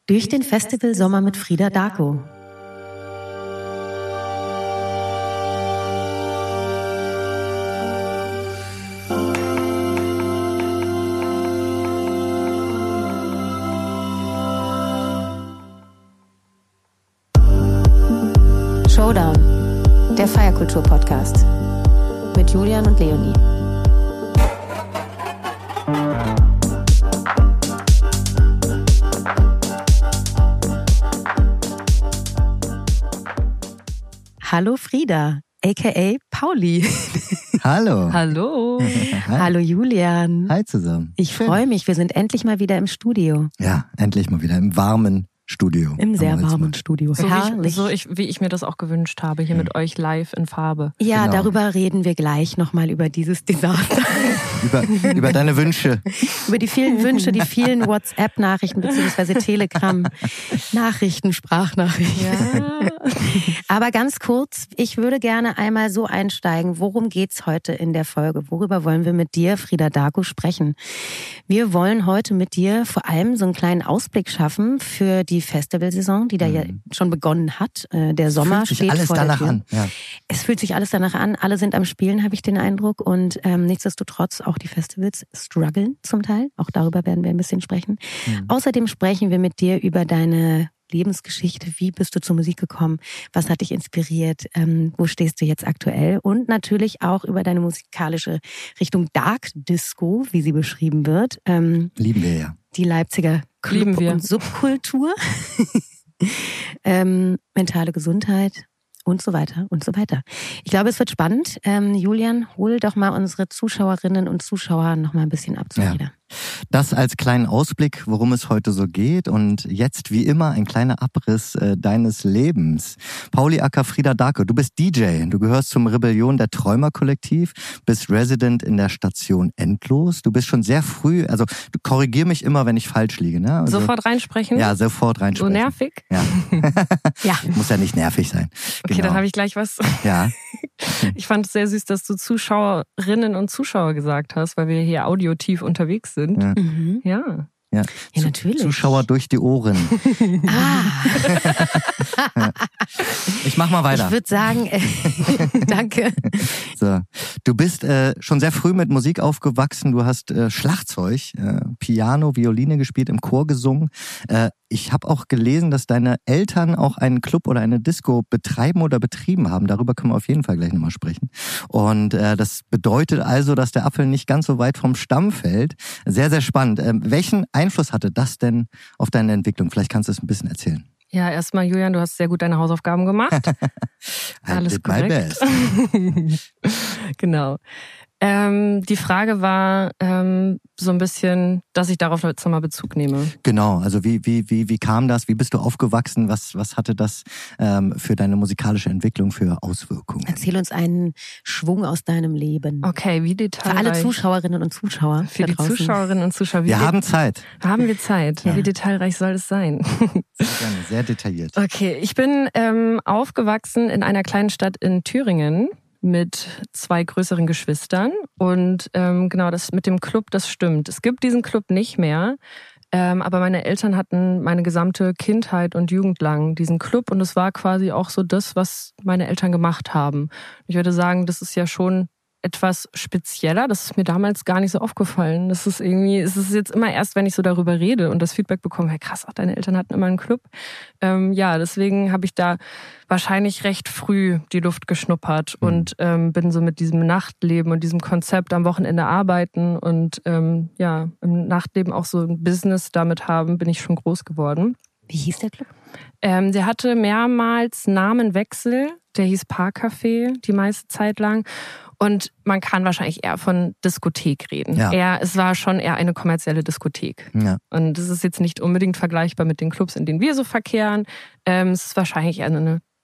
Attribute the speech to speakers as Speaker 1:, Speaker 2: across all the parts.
Speaker 1: Durch den Festivalsommer mit Frida Darko. Showdown, der Feierkultur-Podcast mit Julian und Leonie. Hallo Frida, a.k.a. Pauli.
Speaker 2: Hallo.
Speaker 3: Hallo.
Speaker 1: Hallo Julian.
Speaker 2: Hi zusammen.
Speaker 1: Ich freue mich, wir sind endlich mal wieder im Studio.
Speaker 2: Ja, endlich mal wieder im warmen Studio.
Speaker 1: Im sehr warmen Studio.
Speaker 3: Herrlich. Wie ich mir das auch gewünscht habe, hier mit euch live in Farbe.
Speaker 1: Ja,
Speaker 2: Genau.
Speaker 1: Darüber reden wir gleich nochmal über dieses Desaster.
Speaker 2: Über deine Wünsche.
Speaker 1: Über die vielen Wünsche, die vielen WhatsApp-Nachrichten bzw. Telegram-Nachrichten, Sprachnachrichten.
Speaker 3: Ja.
Speaker 1: Aber ganz kurz, ich würde gerne einmal so einsteigen, worum geht's heute in der Folge? Worüber wollen wir mit dir, Frida Darko, sprechen? Wir wollen heute mit dir vor allem so einen kleinen Ausblick schaffen für die Festivalsaison, die da ja schon begonnen hat. Der Sommer steht vor der Tür.
Speaker 2: An. Ja.
Speaker 1: Es fühlt sich alles danach an. Alle sind am Spielen, habe ich den Eindruck. Und nichtsdestotrotz auch die Festivals strugglen zum Teil. Auch darüber werden wir ein bisschen sprechen. Außerdem sprechen wir mit dir über deine Lebensgeschichte. Wie bist du zur Musik gekommen? Was hat dich inspiriert? Wo stehst du jetzt aktuell? Und natürlich auch über deine musikalische Richtung Dark Disco, wie sie beschrieben wird.
Speaker 2: Lieben wir ja.
Speaker 1: Die Leipziger Club- und Subkultur. Mentale Gesundheit. Und so weiter und so weiter. Ich glaube, es wird spannend. Julian, hol doch mal unsere Zuschauerinnen und Zuschauer noch mal ein bisschen ab zu Frida.
Speaker 2: Das als kleinen Ausblick, worum es heute so geht. Und jetzt, wie immer, ein kleiner Abriss deines Lebens. Pauli aka Frida Darko, du bist DJ. Du gehörst zum Rebellion der Träumer-Kollektiv, bist Resident in der Station Endlos. Du bist schon sehr früh, also du korrigier mich immer, wenn ich falsch liege. Ne? Also,
Speaker 3: Sofort reinsprechen?
Speaker 2: Ja, sofort reinsprechen.
Speaker 3: So nervig?
Speaker 2: Ja.
Speaker 1: Ja.
Speaker 2: Muss ja nicht nervig sein.
Speaker 3: Okay, dann habe ich gleich was.
Speaker 2: Ja.
Speaker 3: Ich fand es sehr süß, dass du Zuschauerinnen und Zuschauer gesagt hast, weil wir hier audiotief unterwegs sind.
Speaker 2: Ja.
Speaker 3: Ja.
Speaker 2: Ja,
Speaker 1: natürlich.
Speaker 2: Zuschauer durch die Ohren. Ich mach mal weiter.
Speaker 1: Ich würde sagen, danke.
Speaker 2: So. Du bist schon sehr früh mit Musik aufgewachsen. Du hast Schlagzeug, Piano, Violine gespielt, im Chor gesungen. Ich habe auch gelesen, dass deine Eltern auch einen Club oder eine Disco betreiben oder betrieben haben. Darüber können wir auf jeden Fall gleich nochmal sprechen. Und das bedeutet also, dass der Apfel nicht ganz so weit vom Stamm fällt. Sehr, sehr spannend. Welchen Einfluss hatte das denn auf deine Entwicklung? Vielleicht kannst du es ein bisschen erzählen.
Speaker 3: Ja, erstmal, Julian, du hast sehr gut deine Hausaufgaben gemacht. Alles korrekt.
Speaker 2: My best.
Speaker 3: Genau. Die Frage war so ein bisschen, dass ich darauf jetzt nochmal Bezug nehme.
Speaker 2: Genau, also wie kam das? Wie bist du aufgewachsen? Was hatte das für deine musikalische Entwicklung für Auswirkungen?
Speaker 1: Erzähl uns einen Schwung aus deinem Leben.
Speaker 3: Okay, wie detailreich.
Speaker 1: Für alle Zuschauerinnen und Zuschauer.
Speaker 3: Für die Zuschauerinnen und Zuschauer.
Speaker 2: Wir haben Zeit.
Speaker 3: Haben wir Zeit?
Speaker 1: Ja.
Speaker 3: Wie detailreich soll es sein?
Speaker 2: Sehr gerne, sehr detailliert.
Speaker 3: Okay, ich bin aufgewachsen in einer kleinen Stadt in Thüringen mit 2 größeren Geschwistern und genau, das mit dem Club, das stimmt. Es gibt diesen Club nicht mehr, aber meine Eltern hatten meine gesamte Kindheit und Jugend lang diesen Club und es war quasi auch so das, was meine Eltern gemacht haben. Ich würde sagen, das ist ja schon etwas spezieller. Das ist mir damals gar nicht so aufgefallen. Das ist irgendwie, es ist jetzt immer erst, wenn ich so darüber rede und das Feedback bekomme, hey krass, ach, deine Eltern hatten immer einen Club. Ja, deswegen habe ich da wahrscheinlich recht früh die Luft geschnuppert und bin so mit diesem Nachtleben und diesem Konzept am Wochenende arbeiten und ja, im Nachtleben auch so ein Business damit haben, bin ich schon groß geworden.
Speaker 1: Wie hieß der Club?
Speaker 3: Der hatte mehrmals Namenwechsel. Der hieß Parkcafé die meiste Zeit lang. Und man kann wahrscheinlich eher von Diskothek reden.
Speaker 2: Ja.
Speaker 3: Es war schon eher eine kommerzielle Diskothek.
Speaker 2: Ja.
Speaker 3: Und das ist jetzt nicht unbedingt vergleichbar mit den Clubs, in denen wir so verkehren. Es ist wahrscheinlich eher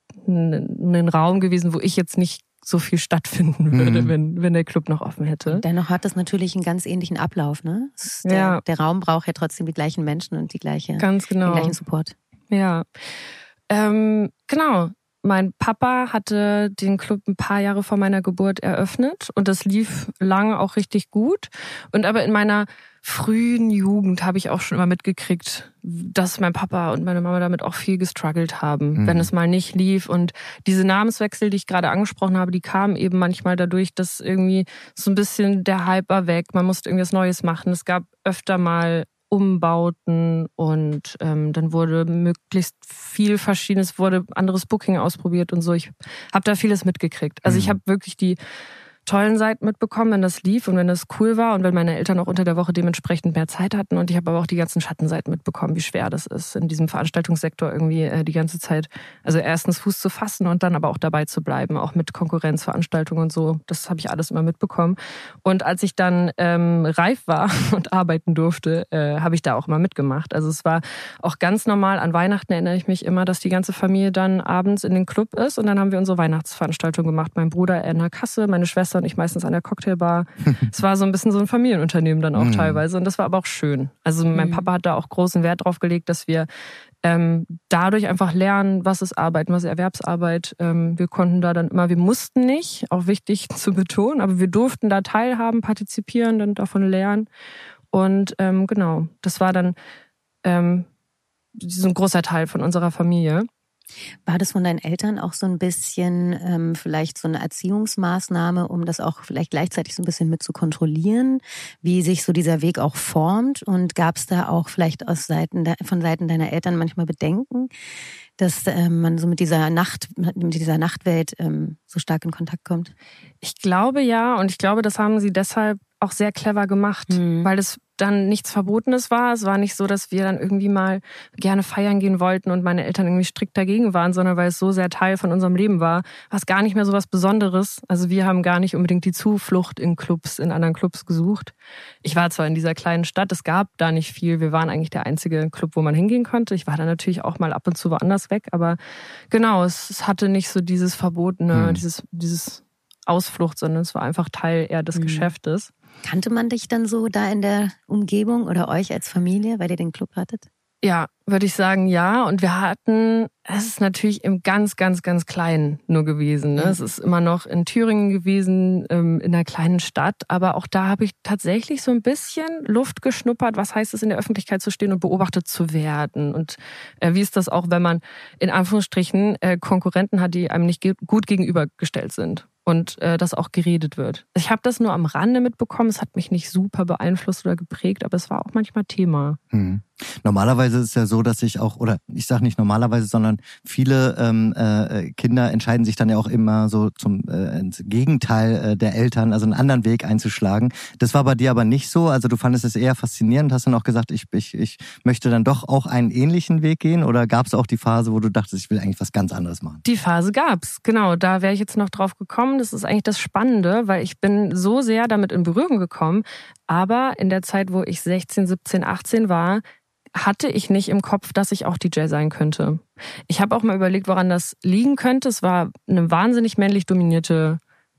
Speaker 3: ein Raum gewesen, wo ich jetzt nicht so viel stattfinden würde, wenn der Club noch offen hätte.
Speaker 1: Dennoch hat das natürlich einen ganz ähnlichen Ablauf, ne? Der Raum braucht ja trotzdem die gleichen Menschen und
Speaker 3: Ganz genau.
Speaker 1: den gleichen Support.
Speaker 3: Ja. Genau. mein Papa hatte den Club ein paar Jahre vor meiner Geburt eröffnet und das lief lange auch richtig gut. Und aber in meiner frühen Jugend habe ich auch schon immer mitgekriegt, dass mein Papa und meine Mama damit auch viel gestruggelt haben, wenn es mal nicht lief. Und diese Namenswechsel, die ich gerade angesprochen habe, die kamen eben manchmal dadurch, dass irgendwie so ein bisschen der Hype war weg. Man musste irgendwas Neues machen. Es gab öfter mal Umbauten und dann wurde möglichst viel Verschiedenes, wurde anderes Booking ausprobiert und so. Ich habe da vieles mitgekriegt. Also ich habe wirklich die tollen Seiten mitbekommen, wenn das lief und wenn das cool war und wenn meine Eltern auch unter der Woche dementsprechend mehr Zeit hatten. Und ich habe aber auch die ganzen Schattenseiten mitbekommen, wie schwer das ist, in diesem Veranstaltungssektor irgendwie die ganze Zeit, also erstens Fuß zu fassen und dann aber auch dabei zu bleiben, auch mit Konkurrenzveranstaltungen und so. Das habe ich alles immer mitbekommen. Und als ich dann reif war und arbeiten durfte, habe ich da auch immer mitgemacht. Also es war auch ganz normal, an Weihnachten erinnere ich mich immer, dass die ganze Familie dann abends in den Club ist und dann haben wir unsere Weihnachtsveranstaltung gemacht. Mein Bruder in der Kasse, meine Schwester und ich meistens an der Cocktailbar. Es war so ein bisschen so ein Familienunternehmen dann auch teilweise und das war aber auch schön. Also mein Papa hat da auch großen Wert drauf gelegt, dass wir dadurch einfach lernen, was ist Arbeit, was ist Erwerbsarbeit. Wir konnten da dann immer, wir mussten nicht, auch wichtig zu betonen, aber wir durften da teilhaben, partizipieren, dann davon lernen. Und genau, das war dann so ein großer Teil von unserer Familie.
Speaker 1: War das von deinen Eltern auch so ein bisschen vielleicht so eine Erziehungsmaßnahme, um das auch vielleicht gleichzeitig so ein bisschen mit zu kontrollieren, wie sich so dieser Weg auch formt? Und gab es da auch vielleicht von Seiten deiner Eltern manchmal Bedenken, dass man so mit dieser Nachtwelt so stark in Kontakt kommt?
Speaker 3: Ich glaube ja, und ich glaube, das haben sie deshalb auch sehr clever gemacht, weil es dann nichts Verbotenes war. Es war nicht so, dass wir dann irgendwie mal gerne feiern gehen wollten und meine Eltern irgendwie strikt dagegen waren, sondern weil es so sehr Teil von unserem Leben war, war es gar nicht mehr so was Besonderes. Also wir haben gar nicht unbedingt die Zuflucht in anderen Clubs gesucht. Ich war zwar in dieser kleinen Stadt, es gab da nicht viel. Wir waren eigentlich der einzige Club, wo man hingehen konnte. Ich war da natürlich auch mal ab und zu woanders weg, aber genau, es hatte nicht so dieses Verbotene, dieses Ausflucht, sondern es war einfach Teil eher des Geschäftes.
Speaker 1: Kannte man dich dann so da in der Umgebung oder euch als Familie, weil ihr den Club hattet?
Speaker 3: Ja, würde ich sagen, ja. Und wir hatten, es ist natürlich im ganz, ganz, ganz Kleinen nur gewesen. Ne? Es ist immer noch in Thüringen gewesen, in einer kleinen Stadt. Aber auch da habe ich tatsächlich so ein bisschen Luft geschnuppert. Was heißt es, in der Öffentlichkeit zu stehen und beobachtet zu werden? Und wie ist das auch, wenn man in Anführungsstrichen Konkurrenten hat, die einem nicht gut gegenübergestellt sind? Und das auch geredet wird. Ich habe das nur am Rande mitbekommen. Es hat mich nicht super beeinflusst oder geprägt, aber es war auch manchmal Thema.
Speaker 2: Normalerweise ist es ja so, dass ich auch, oder ich sage nicht normalerweise, sondern viele Kinder entscheiden sich dann ja auch immer so ins Gegenteil der Eltern, also einen anderen Weg einzuschlagen. Das war bei dir aber nicht so. Also du fandest es eher faszinierend, hast dann auch gesagt, ich möchte dann doch auch einen ähnlichen Weg gehen, oder gab es auch die Phase, wo du dachtest, ich will eigentlich was ganz anderes machen?
Speaker 3: Die Phase gab's, genau. Da wäre ich jetzt noch drauf gekommen. Das ist eigentlich das Spannende, weil ich bin so sehr damit in Berührung gekommen. Aber in der Zeit, wo ich 16, 17, 18 war, hatte ich nicht im Kopf, dass ich auch DJ sein könnte. Ich habe auch mal überlegt, woran das liegen könnte. Es war eine wahnsinnig männlich dominierte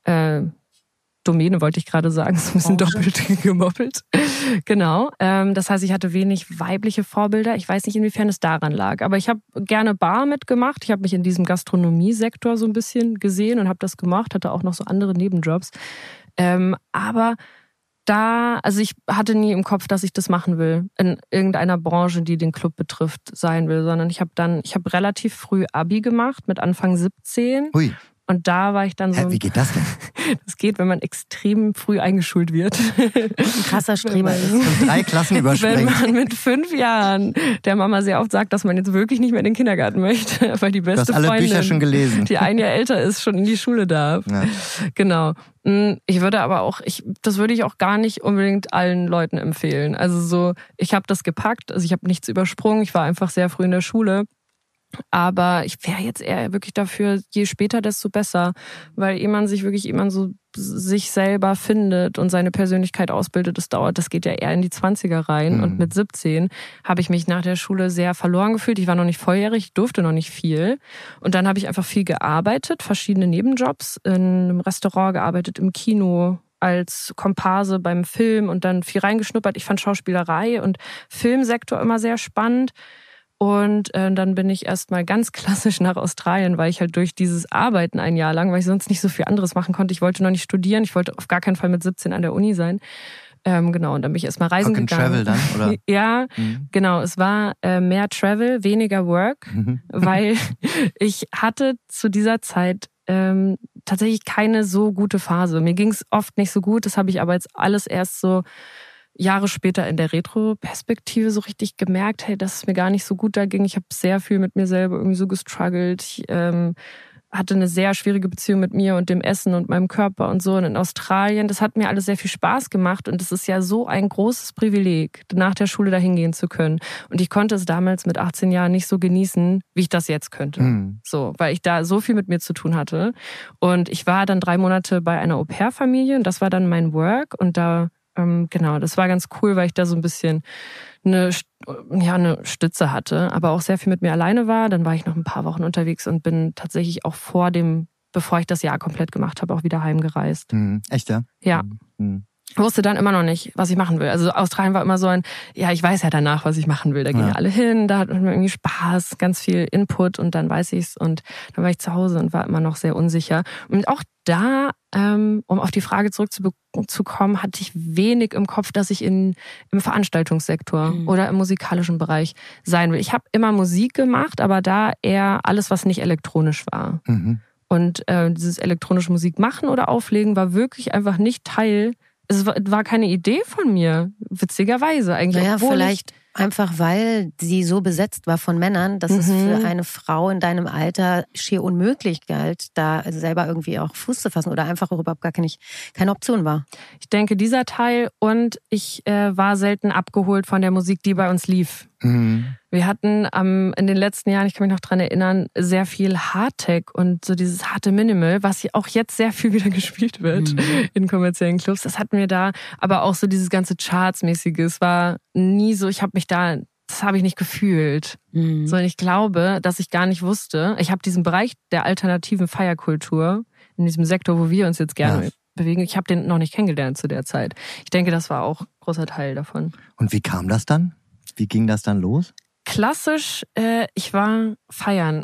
Speaker 3: Domäne, wollte ich gerade sagen. So ein bisschen doppelt gemoppelt. Genau. Das heißt, ich hatte wenig weibliche Vorbilder. Ich weiß nicht, inwiefern es daran lag. Aber ich habe gerne Bar mitgemacht. Ich habe mich in diesem Gastronomiesektor so ein bisschen gesehen und habe das gemacht. Hatte auch noch so andere Nebenjobs. Aber also ich hatte nie im Kopf, dass ich das machen will. In irgendeiner Branche, die den Club betrifft, sein will. Sondern ich habe relativ früh Abi gemacht, mit Anfang 17.
Speaker 2: Hui.
Speaker 3: Und da war ich dann so...
Speaker 2: Wie geht das denn?
Speaker 3: Das geht, wenn man extrem früh eingeschult wird.
Speaker 1: Ein krasser Streber ist.
Speaker 2: Und 3 Klassen überspringt.
Speaker 3: Wenn man mit 5 Jahren der Mama sehr oft sagt, dass man jetzt wirklich nicht mehr in den Kindergarten möchte, weil die beste
Speaker 2: Freundin, du hast alle Bücher schon gelesen,
Speaker 3: die ein Jahr älter ist, schon in die Schule darf. Ja. Genau. Ich würde aber auch, das würde ich auch gar nicht unbedingt allen Leuten empfehlen. Also so, ich habe das gepackt, also ich habe nichts übersprungen, ich war einfach sehr früh in der Schule. Aber ich wäre jetzt eher wirklich dafür, je später, desto besser. Weil ehe man so sich selber findet und seine Persönlichkeit ausbildet, das geht ja eher in die 20er rein. Und mit 17 habe ich mich nach der Schule sehr verloren gefühlt. Ich war noch nicht volljährig, ich durfte noch nicht viel. Und dann habe ich einfach viel gearbeitet, verschiedene Nebenjobs, in einem Restaurant gearbeitet, im Kino, als Komparse beim Film und dann viel reingeschnuppert. Ich fand Schauspielerei und Filmsektor immer sehr spannend. Und dann bin ich erstmal ganz klassisch nach Australien, weil ich halt durch dieses Arbeiten ein Jahr lang, weil ich sonst nicht so viel anderes machen konnte. Ich wollte noch nicht studieren, ich wollte auf gar keinen Fall mit 17 an der Uni sein. Genau, und dann bin ich erstmal reisen gegangen.
Speaker 2: Travel dann, oder?
Speaker 3: Ja, genau. Es war mehr Travel, weniger Work, weil ich hatte zu dieser Zeit tatsächlich keine so gute Phase. Mir ging es oft nicht so gut, das habe ich aber jetzt alles erst so Jahre später in der Retro-Perspektive so richtig gemerkt, hey, dass es mir gar nicht so gut da ging. Ich habe sehr viel mit mir selber irgendwie so gestruggelt. Ich hatte eine sehr schwierige Beziehung mit mir und dem Essen und meinem Körper und so. Und in Australien, das hat mir alles sehr viel Spaß gemacht. Und es ist ja so ein großes Privileg, nach der Schule dahin gehen zu können. Und ich konnte es damals mit 18 Jahren nicht so genießen, wie ich das jetzt könnte. So, weil ich da so viel mit mir zu tun hatte. Und ich war dann 3 Monate bei einer Au-pair-Familie und das war dann mein Work. Und da genau, das war ganz cool, weil ich da so ein bisschen eine Stütze hatte, aber auch sehr viel mit mir alleine war. Dann war ich noch ein paar Wochen unterwegs und bin tatsächlich auch bevor ich das Jahr komplett gemacht habe, auch wieder heimgereist.
Speaker 2: Echt, ja?
Speaker 3: Ja. Ich wusste dann immer noch nicht, was ich machen will. Also Australien war immer so ich weiß ja danach, was ich machen will. Da gehen ja alle hin, da hat man irgendwie Spaß, ganz viel Input und dann weiß ich's. Und dann war ich zu Hause und war immer noch sehr unsicher. Und auch da, um auf die Frage zurückzukommen, hatte ich wenig im Kopf, dass ich im Veranstaltungssektor oder im musikalischen Bereich sein will. Ich habe immer Musik gemacht, aber da eher alles, was nicht elektronisch war. Und dieses elektronische Musik machen oder auflegen war wirklich einfach nicht Teil. Es war keine Idee von mir, witzigerweise eigentlich.
Speaker 1: Naja, vielleicht einfach, weil sie so besetzt war von Männern, dass es für eine Frau in deinem Alter schier unmöglich galt, da selber irgendwie auch Fuß zu fassen oder einfach überhaupt gar keine Option war.
Speaker 3: Ich denke, dieser Teil und ich war selten abgeholt von der Musik, die bei uns lief. Wir hatten in den letzten Jahren, ich kann mich noch dran erinnern, sehr viel Hardtech und so dieses harte Minimal, was auch jetzt sehr viel wieder gespielt wird in kommerziellen Clubs. Das hatten wir da, aber auch so dieses ganze Charts-mäßige. Es war nie so, das habe ich nicht gefühlt. Sondern ich glaube, dass ich gar nicht wusste, ich habe diesen Bereich der alternativen Feierkultur, in diesem Sektor, wo wir uns jetzt gerne bewegen, ich habe den noch nicht kennengelernt zu der Zeit. Ich denke, das war auch ein großer Teil davon.
Speaker 2: Und wie kam das dann? Wie ging das dann los?
Speaker 3: Klassisch, ich war feiern.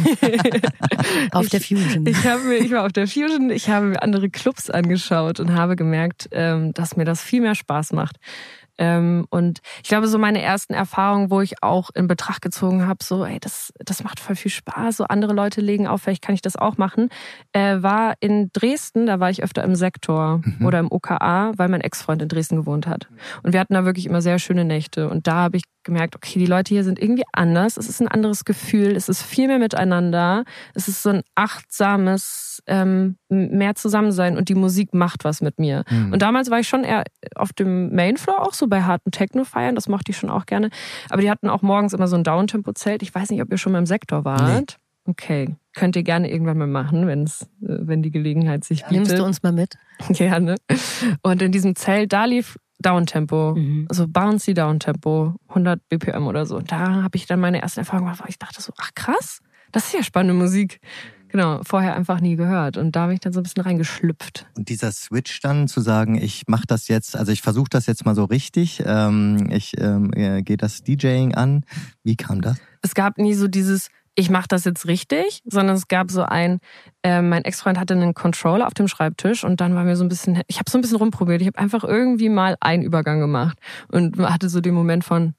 Speaker 1: Auf der Fusion.
Speaker 3: Ich war auf der Fusion, ich habe mir andere Clubs angeschaut und habe gemerkt, dass mir das viel mehr Spaß macht. Und ich glaube, so meine ersten Erfahrungen, wo ich auch in Betracht gezogen habe, so, das macht voll viel Spaß, so andere Leute legen auf, vielleicht kann ich das auch machen, war in Dresden, da war ich öfter im Sektor oder im OKA, weil mein Ex-Freund in Dresden gewohnt hat. Und wir hatten da wirklich immer sehr schöne Nächte und da habe ich gemerkt, okay, die Leute hier sind irgendwie anders, es ist ein anderes Gefühl, es ist viel mehr miteinander, es ist so ein achtsames, mehr Zusammensein und die Musik macht was mit mir. Und damals war ich schon eher auf dem Mainfloor auch so bei harten Techno-Feiern, das mochte ich schon auch gerne. Aber die hatten auch morgens immer so ein Downtempo-Zelt. Ich weiß nicht, ob ihr schon mal im Sektor wart. Nee. Okay, könnt ihr gerne irgendwann mal machen, wenn die Gelegenheit sich bietet.
Speaker 1: Nimmst du uns mal mit?
Speaker 3: Gerne. Und in diesem Zelt, da lief Downtempo, also bouncy Downtempo, 100 BPM oder so. Und da habe ich dann meine ersten Erfahrungen gemacht, weil ich dachte so, ach krass, das ist ja spannende Musik. Genau, vorher einfach nie gehört. Und da bin ich dann so ein bisschen reingeschlüpft.
Speaker 2: Und dieser Switch dann zu sagen, ich mache das jetzt, also ich versuche das jetzt mal so richtig, ich gehe das DJing an. Wie kam das?
Speaker 3: Es gab nie so dieses, ich mache das jetzt richtig, sondern es gab so mein Ex-Freund hatte einen Controller auf dem Schreibtisch und dann war mir so ein bisschen, ich habe so ein bisschen rumprobiert. Ich habe einfach irgendwie mal einen Übergang gemacht und hatte so den Moment von,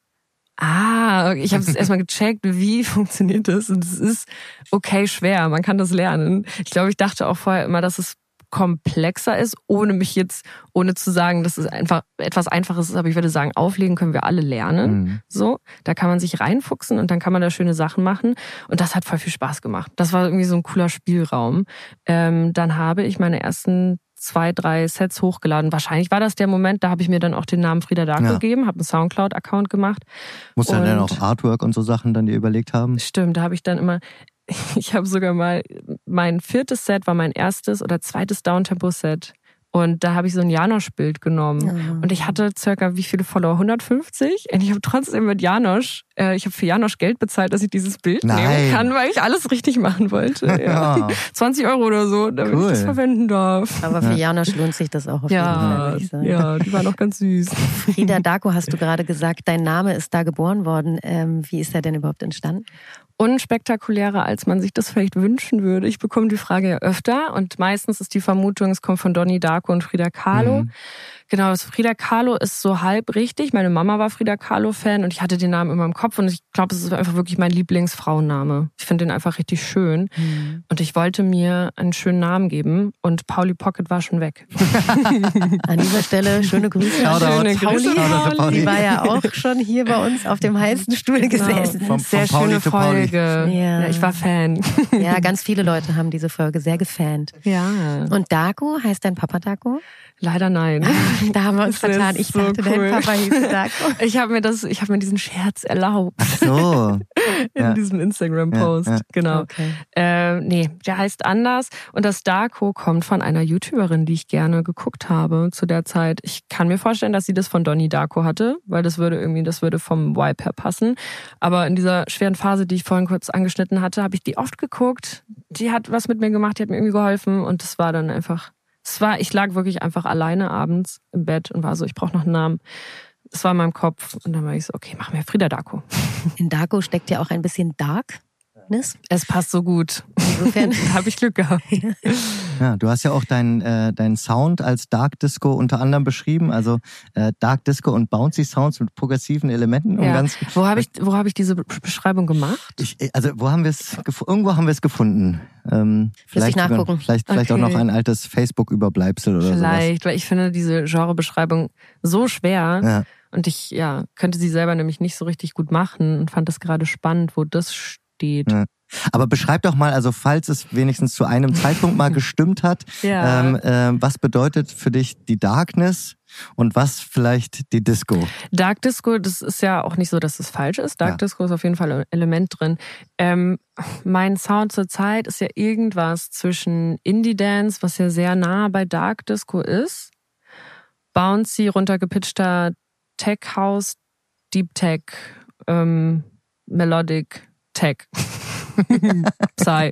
Speaker 3: ich habe es erstmal gecheckt, wie funktioniert das? Und es ist okay schwer, man kann das lernen. Ich glaube, ich dachte auch vorher immer, dass es komplexer ist, ohne zu sagen, dass es einfach etwas Einfaches ist, aber ich würde sagen, auflegen können wir alle lernen. So, da kann man sich reinfuchsen und dann kann man da schöne Sachen machen und das hat voll viel Spaß gemacht. Das war irgendwie so ein cooler Spielraum. Dann habe ich meine ersten 2, 3 Sets hochgeladen. Wahrscheinlich war das der Moment, da habe ich mir dann auch den Namen Frieda Dark gegeben, habe einen Soundcloud-Account gemacht.
Speaker 2: Musst du dann auch Artwork und so Sachen dann dir überlegt haben?
Speaker 3: Stimmt, da habe ich dann immer, ich habe sogar mal, mein 4. Set war mein erstes oder zweites Downtempo-Set Und da habe ich so ein Janosch-Bild genommen. Und ich hatte circa, wie viele Follower? 150? Und ich habe trotzdem mit Janosch, ich habe für Janosch Geld bezahlt, dass ich dieses Bild nehmen kann, weil ich alles richtig machen wollte. Ja. 20 € oder so, damit ich das verwenden darf.
Speaker 1: Aber für Janosch lohnt sich das auch auf jeden Fall, würde ich sagen.
Speaker 3: Ja, die war noch ganz süß.
Speaker 1: Frida Darko, hast du gerade gesagt, dein Name ist da geboren worden. Wie ist der denn überhaupt entstanden?
Speaker 3: Unspektakulärer, als man sich das vielleicht wünschen würde. Ich bekomme die Frage ja öfter und meistens ist die Vermutung, es kommt von Donnie Darko und Frida Kahlo. Genau, Frida Kahlo ist so halb richtig. Meine Mama war Frida Kahlo-Fan und ich hatte den Namen immer im Kopf und ich glaube, es ist einfach wirklich mein Lieblingsfrauenname. Ich finde den einfach richtig schön und ich wollte mir einen schönen Namen geben und Pauli Pocket war schon weg.
Speaker 1: An dieser Stelle schöne Grüße.
Speaker 3: Schöne Grüße.
Speaker 1: Die war ja auch schon hier bei uns auf dem heißen Stuhl gesessen.
Speaker 3: Sehr schöne Folge. Ja, ich war Fan.
Speaker 1: Ja, ganz viele Leute haben diese Folge sehr gefant.
Speaker 3: Ja.
Speaker 1: Und Darko, heißt dein Papa Darko?
Speaker 3: Leider nein.
Speaker 1: Da haben wir uns vertan. Ich dachte, dein Papa hieß Darko.
Speaker 3: Ich habe mir diesen Scherz erlaubt.
Speaker 2: Ach so.
Speaker 3: In diesem Instagram-Post. Ja. Genau. Okay. Nee, der heißt anders. Und das Darko kommt von einer YouTuberin, die ich gerne geguckt habe zu der Zeit. Ich kann mir vorstellen, dass sie das von Donnie Darko hatte, weil das würde vom Vibe her passen. Aber in dieser schweren Phase, die ich vorhin kurz angeschnitten hatte, habe ich die oft geguckt. Die hat was mit mir gemacht, die hat mir irgendwie geholfen und das war dann einfach... Ich lag wirklich einfach alleine abends im Bett und war so, ich brauche noch einen Namen. Es war in meinem Kopf und dann war ich so, okay, machen wir Frida Darko.
Speaker 1: In Darko steckt ja auch ein bisschen Darkness.
Speaker 3: Es passt so gut. Insofern habe ich Glück gehabt.
Speaker 2: Ja, du hast ja auch deinen Sound als Dark Disco unter anderem beschrieben, also Dark Disco und Bouncy Sounds mit progressiven Elementen.
Speaker 3: Ja. Wo hab ich diese Beschreibung gemacht?
Speaker 2: Irgendwo haben wir es gefunden. Vielleicht
Speaker 1: nachgucken.
Speaker 2: Vielleicht auch noch ein altes Facebook-Überbleibsel oder so.
Speaker 3: Vielleicht, weil ich finde diese Genrebeschreibung so schwer. Ja. Und ich könnte sie selber nämlich nicht so richtig gut machen und fand das gerade spannend, wo das steht.
Speaker 2: Ja. Aber beschreib doch mal, also falls es wenigstens zu einem Zeitpunkt mal gestimmt hat, was bedeutet für dich die Darkness und was vielleicht die Disco?
Speaker 3: Dark Disco, das ist ja auch nicht so, dass es falsch ist. Dark Disco ist auf jeden Fall ein Element drin. Mein Sound zur Zeit ist ja irgendwas zwischen Indie Dance, was ja sehr nah bei Dark Disco ist, bouncy, runtergepitchter Tech House, Deep Tech, Melodic Tech. Psy.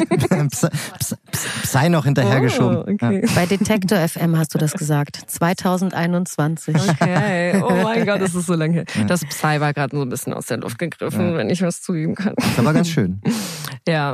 Speaker 2: Psy noch hinterhergeschoben.
Speaker 3: Oh, okay.
Speaker 1: Bei Detektor FM hast du das gesagt. 2021.
Speaker 3: Okay. Oh mein Gott, das ist so lange her. Das Psy war gerade so ein bisschen aus der Luft gegriffen, wenn ich was zugeben kann.
Speaker 2: Das war ganz schön.
Speaker 3: Ja.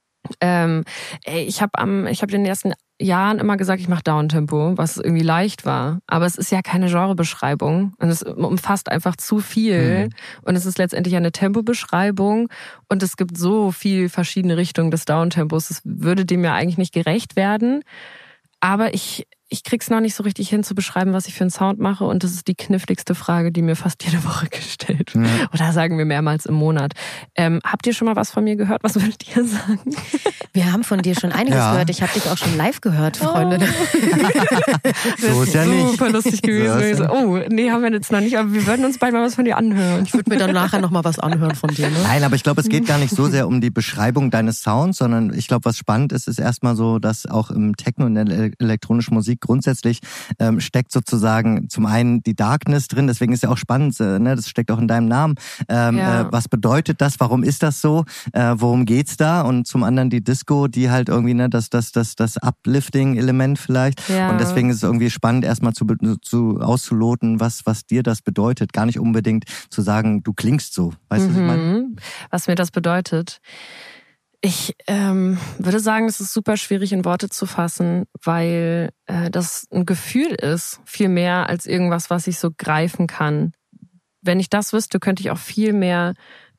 Speaker 3: Ich hab in den ersten Jahren immer gesagt, ich mache Downtempo, was irgendwie leicht war. Aber es ist ja keine Genrebeschreibung und es umfasst einfach zu viel. Und es ist letztendlich eine Tempobeschreibung und es gibt so viel verschiedene Richtungen des Downtempos. Es würde dem ja eigentlich nicht gerecht werden. Aber ich krieg's noch nicht so richtig hin zu beschreiben, was ich für einen Sound mache. Und das ist die kniffligste Frage, die mir fast jede Woche gestellt wird. Ja. Oder sagen wir mehrmals im Monat. Habt ihr schon mal was von mir gehört? Was würdet ihr sagen?
Speaker 1: Wir haben von dir schon einiges gehört. Ich habe dich auch schon live gehört, Freunde.
Speaker 2: So ist ja nicht.
Speaker 3: Super lustig gewesen. Nee, haben wir jetzt noch nicht. Aber wir würden uns bald mal was von dir anhören.
Speaker 1: Ich würde mir dann nachher noch mal was anhören von dir. Ne?
Speaker 2: Nein, aber ich glaube, es geht gar nicht so sehr um die Beschreibung deines Sounds, sondern ich glaube, was spannend ist erstmal so, dass auch im Techno und in der elektronischen Musik grundsätzlich steckt sozusagen zum einen die Darkness drin, deswegen ist ja auch spannend, ne? Das steckt auch in deinem Namen. Was bedeutet das? Warum ist das so? Worum geht's da? Und zum anderen die Disco, die halt irgendwie, ne, das Uplifting-Element vielleicht. Ja. Und deswegen ist es irgendwie spannend, erstmal auszuloten, was dir das bedeutet. Gar nicht unbedingt zu sagen, du klingst so. Weißt du, was ich meine?
Speaker 3: Was mir das bedeutet? Ich würde sagen, es ist super schwierig in Worte zu fassen, weil das ein Gefühl ist, viel mehr als irgendwas, was ich so greifen kann. Wenn ich das wüsste, könnte ich auch viel mehr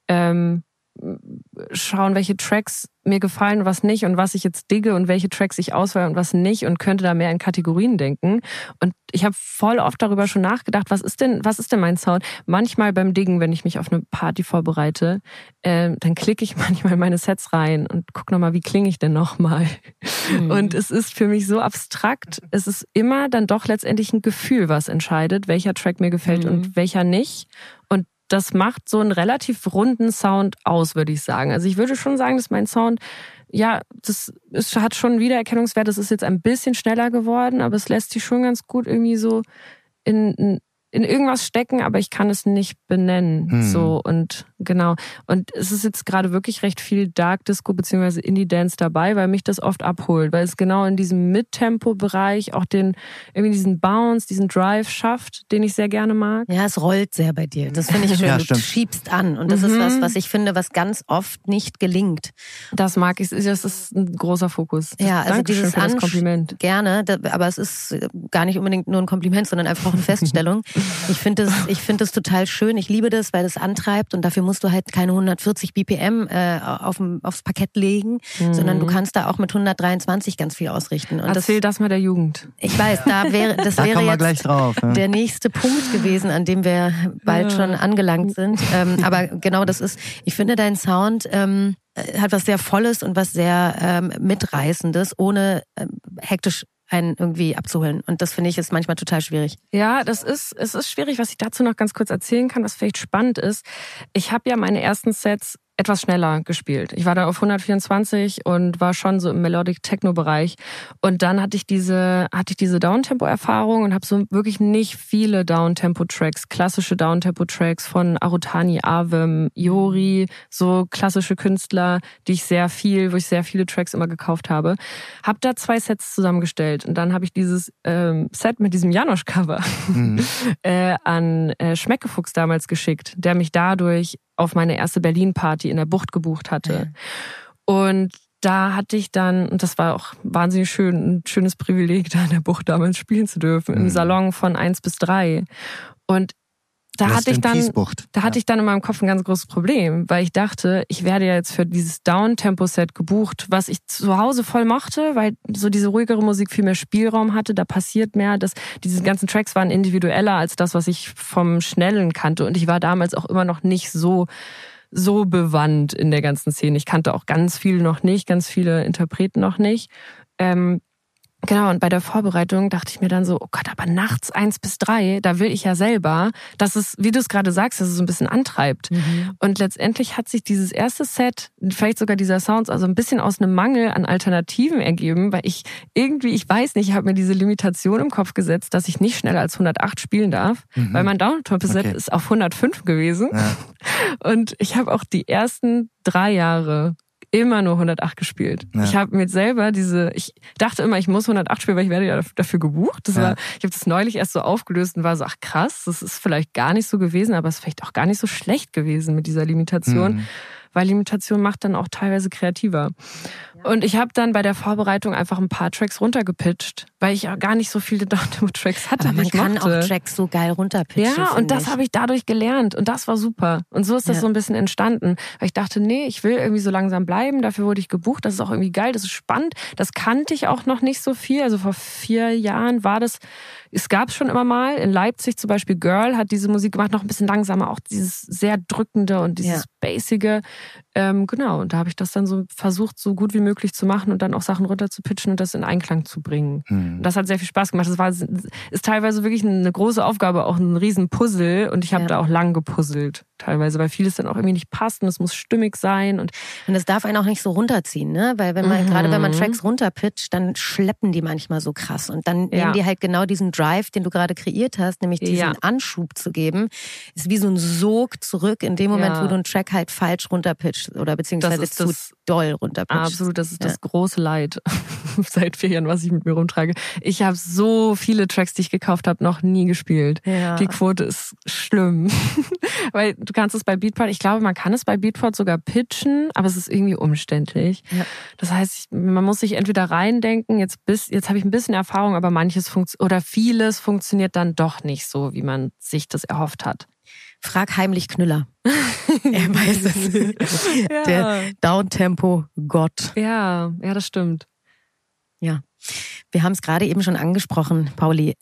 Speaker 3: schauen, welche Tracks mir gefallen und was nicht und was ich jetzt digge und welche Tracks ich auswähle und was nicht und könnte da mehr in Kategorien denken. Und ich habe voll oft darüber schon nachgedacht, was ist denn mein Sound? Manchmal beim Diggen, wenn ich mich auf eine Party vorbereite, dann klicke ich manchmal meine Sets rein und gucke nochmal, wie klinge ich denn nochmal? Und es ist für mich so abstrakt. Es ist immer dann doch letztendlich ein Gefühl, was entscheidet, welcher Track mir gefällt und welcher nicht. Und das macht so einen relativ runden Sound aus, würde ich sagen. Also ich würde schon sagen, dass mein Sound hat schon Wiedererkennungswert. Es ist jetzt ein bisschen schneller geworden, aber es lässt sich schon ganz gut irgendwie so in irgendwas stecken, aber ich kann es nicht benennen. So und genau. Und es ist jetzt gerade wirklich recht viel Dark Disco bzw. Indie Dance dabei, weil mich das oft abholt, weil es genau in diesem Mid-Tempo-Bereich auch irgendwie diesen Bounce, diesen Drive schafft, den ich sehr gerne mag.
Speaker 1: Ja, es rollt sehr bei dir. Das finde ich schön. Du schiebst an und das ist was ich finde, was ganz oft nicht gelingt.
Speaker 3: Das mag ich. Das ist ein großer Fokus.
Speaker 1: Ja, also dieses
Speaker 3: für das Kompliment.
Speaker 1: Gerne, aber es ist gar nicht unbedingt nur ein Kompliment, sondern einfach auch eine Feststellung. Ich finde es total schön. Ich liebe das, weil das antreibt und dafür musst du halt keine 140 BPM aufs Parkett legen, sondern du kannst da auch mit 123 ganz viel ausrichten. Und
Speaker 3: erzähl das mal der Jugend.
Speaker 1: Ich weiß, das wäre jetzt
Speaker 2: gleich drauf, ja.
Speaker 1: Der nächste Punkt gewesen, an dem wir bald schon angelangt sind. Aber genau das ist, ich finde, dein Sound hat was sehr Volles und was sehr Mitreißendes, ohne hektisch einen irgendwie abzuholen. Und das finde ich ist manchmal total schwierig.
Speaker 3: Ja, es ist schwierig. Was ich dazu noch ganz kurz erzählen kann, was vielleicht spannend ist. Ich habe ja meine ersten Sets etwas schneller gespielt. Ich war da auf 124 und war schon so im Melodic-Techno-Bereich. Und dann hatte ich diese Downtempo-Erfahrung und habe so wirklich nicht viele Downtempo-Tracks, klassische Downtempo-Tracks von Arutani, Avem, Iori, so klassische Künstler, wo ich sehr viele Tracks immer gekauft habe. Hab da 2 Sets zusammengestellt und dann habe ich dieses Set mit diesem Janosch-Cover an Schmeckefuchs damals geschickt, der mich dadurch auf meine erste Berlin-Party in der Bucht gebucht hatte. Und da hatte ich dann, und das war auch wahnsinnig schön, ein schönes Privileg, da in der Bucht damals spielen zu dürfen, im Salon von 1 bis 3. Und da hatte ich dann in meinem Kopf ein ganz großes Problem, weil ich dachte, ich werde ja jetzt für dieses Down-Tempo-Set gebucht, was ich zu Hause voll mochte, weil so diese ruhigere Musik viel mehr Spielraum hatte, da passiert mehr, diese ganzen Tracks waren individueller als das, was ich vom Schnellen kannte und ich war damals auch immer noch nicht so bewandt in der ganzen Szene. Ich kannte auch ganz viele noch nicht, ganz viele Interpreten noch nicht. Genau, und bei der Vorbereitung dachte ich mir dann so, oh Gott, aber nachts 1 bis 3, da will ich ja selber, dass es, wie du es gerade sagst, dass es so ein bisschen antreibt. Und letztendlich hat sich dieses erste Set, vielleicht sogar dieser Sounds, also ein bisschen aus einem Mangel an Alternativen ergeben, weil ich weiß nicht, ich habe mir diese Limitation im Kopf gesetzt, dass ich nicht schneller als 108 spielen darf, weil mein Downtempo-Set ist auf 105 gewesen. Ja. Und ich habe auch die ersten 3 Jahre immer nur 108 gespielt. Ja. Ich habe mir selber ich dachte immer, ich muss 108 spielen, weil ich werde ja dafür gebucht. Ich habe das neulich erst so aufgelöst und war so, ach krass, das ist vielleicht gar nicht so gewesen, aber es ist vielleicht auch gar nicht so schlecht gewesen mit dieser Limitation, weil Limitation macht dann auch teilweise kreativer. Und ich habe dann bei der Vorbereitung einfach ein paar Tracks runtergepitcht, weil ich ja gar nicht so viele Downtempo-Tracks hatte.
Speaker 1: Aber man kann auch Tracks so geil runterpitchen.
Speaker 3: Ja, und das habe ich dadurch gelernt und das war super. Und so ist das so ein bisschen entstanden. Weil ich dachte, nee, ich will irgendwie so langsam bleiben, dafür wurde ich gebucht, das ist auch irgendwie geil, das ist spannend. Das kannte ich auch noch nicht so viel. Also vor 4 Jahren es gab es schon immer mal. In Leipzig zum Beispiel Girl hat diese Musik gemacht, noch ein bisschen langsamer, auch dieses sehr drückende und dieses Basige. Genau, und da habe ich das dann so versucht, so gut wie möglich zu machen und dann auch Sachen runterzupitchen und das in Einklang zu bringen. Und das hat sehr viel Spaß gemacht. Das ist teilweise wirklich eine große Aufgabe, auch ein riesen Puzzle und ich habe da auch lang gepuzzelt teilweise, weil vieles dann auch irgendwie nicht passt und es muss stimmig sein. Und
Speaker 1: es darf einen auch nicht so runterziehen, ne? Weil gerade wenn man Tracks runterpitcht, dann schleppen die manchmal so krass und dann nehmen die halt genau diesen Drive, den du gerade kreiert hast, nämlich diesen Anschub zu geben, ist wie so ein Sog zurück in dem Moment, wo du einen Track halt falsch runterpitcht oder beziehungsweise zu doll runterpitcht.
Speaker 3: Absolut, das ist das große Leid seit 4 Jahren, was ich mit mir rumtrage. Ich habe so viele Tracks, die ich gekauft habe, noch nie gespielt. Ja. Die Quote ist schlimm. Weil du kannst es bei Beatport, ich glaube, man kann es bei Beatport sogar pitchen, aber es ist irgendwie umständlich. Ja. Das heißt, man muss sich entweder reindenken, jetzt habe ich ein bisschen Erfahrung, aber vieles funktioniert dann doch nicht so, wie man sich das erhofft hat.
Speaker 1: Frag heimlich Knüller. Er weiß es. Ja. Der Downtempo-Gott.
Speaker 3: Ja, das stimmt.
Speaker 1: Ja. Wir haben es gerade eben schon angesprochen, Pauli.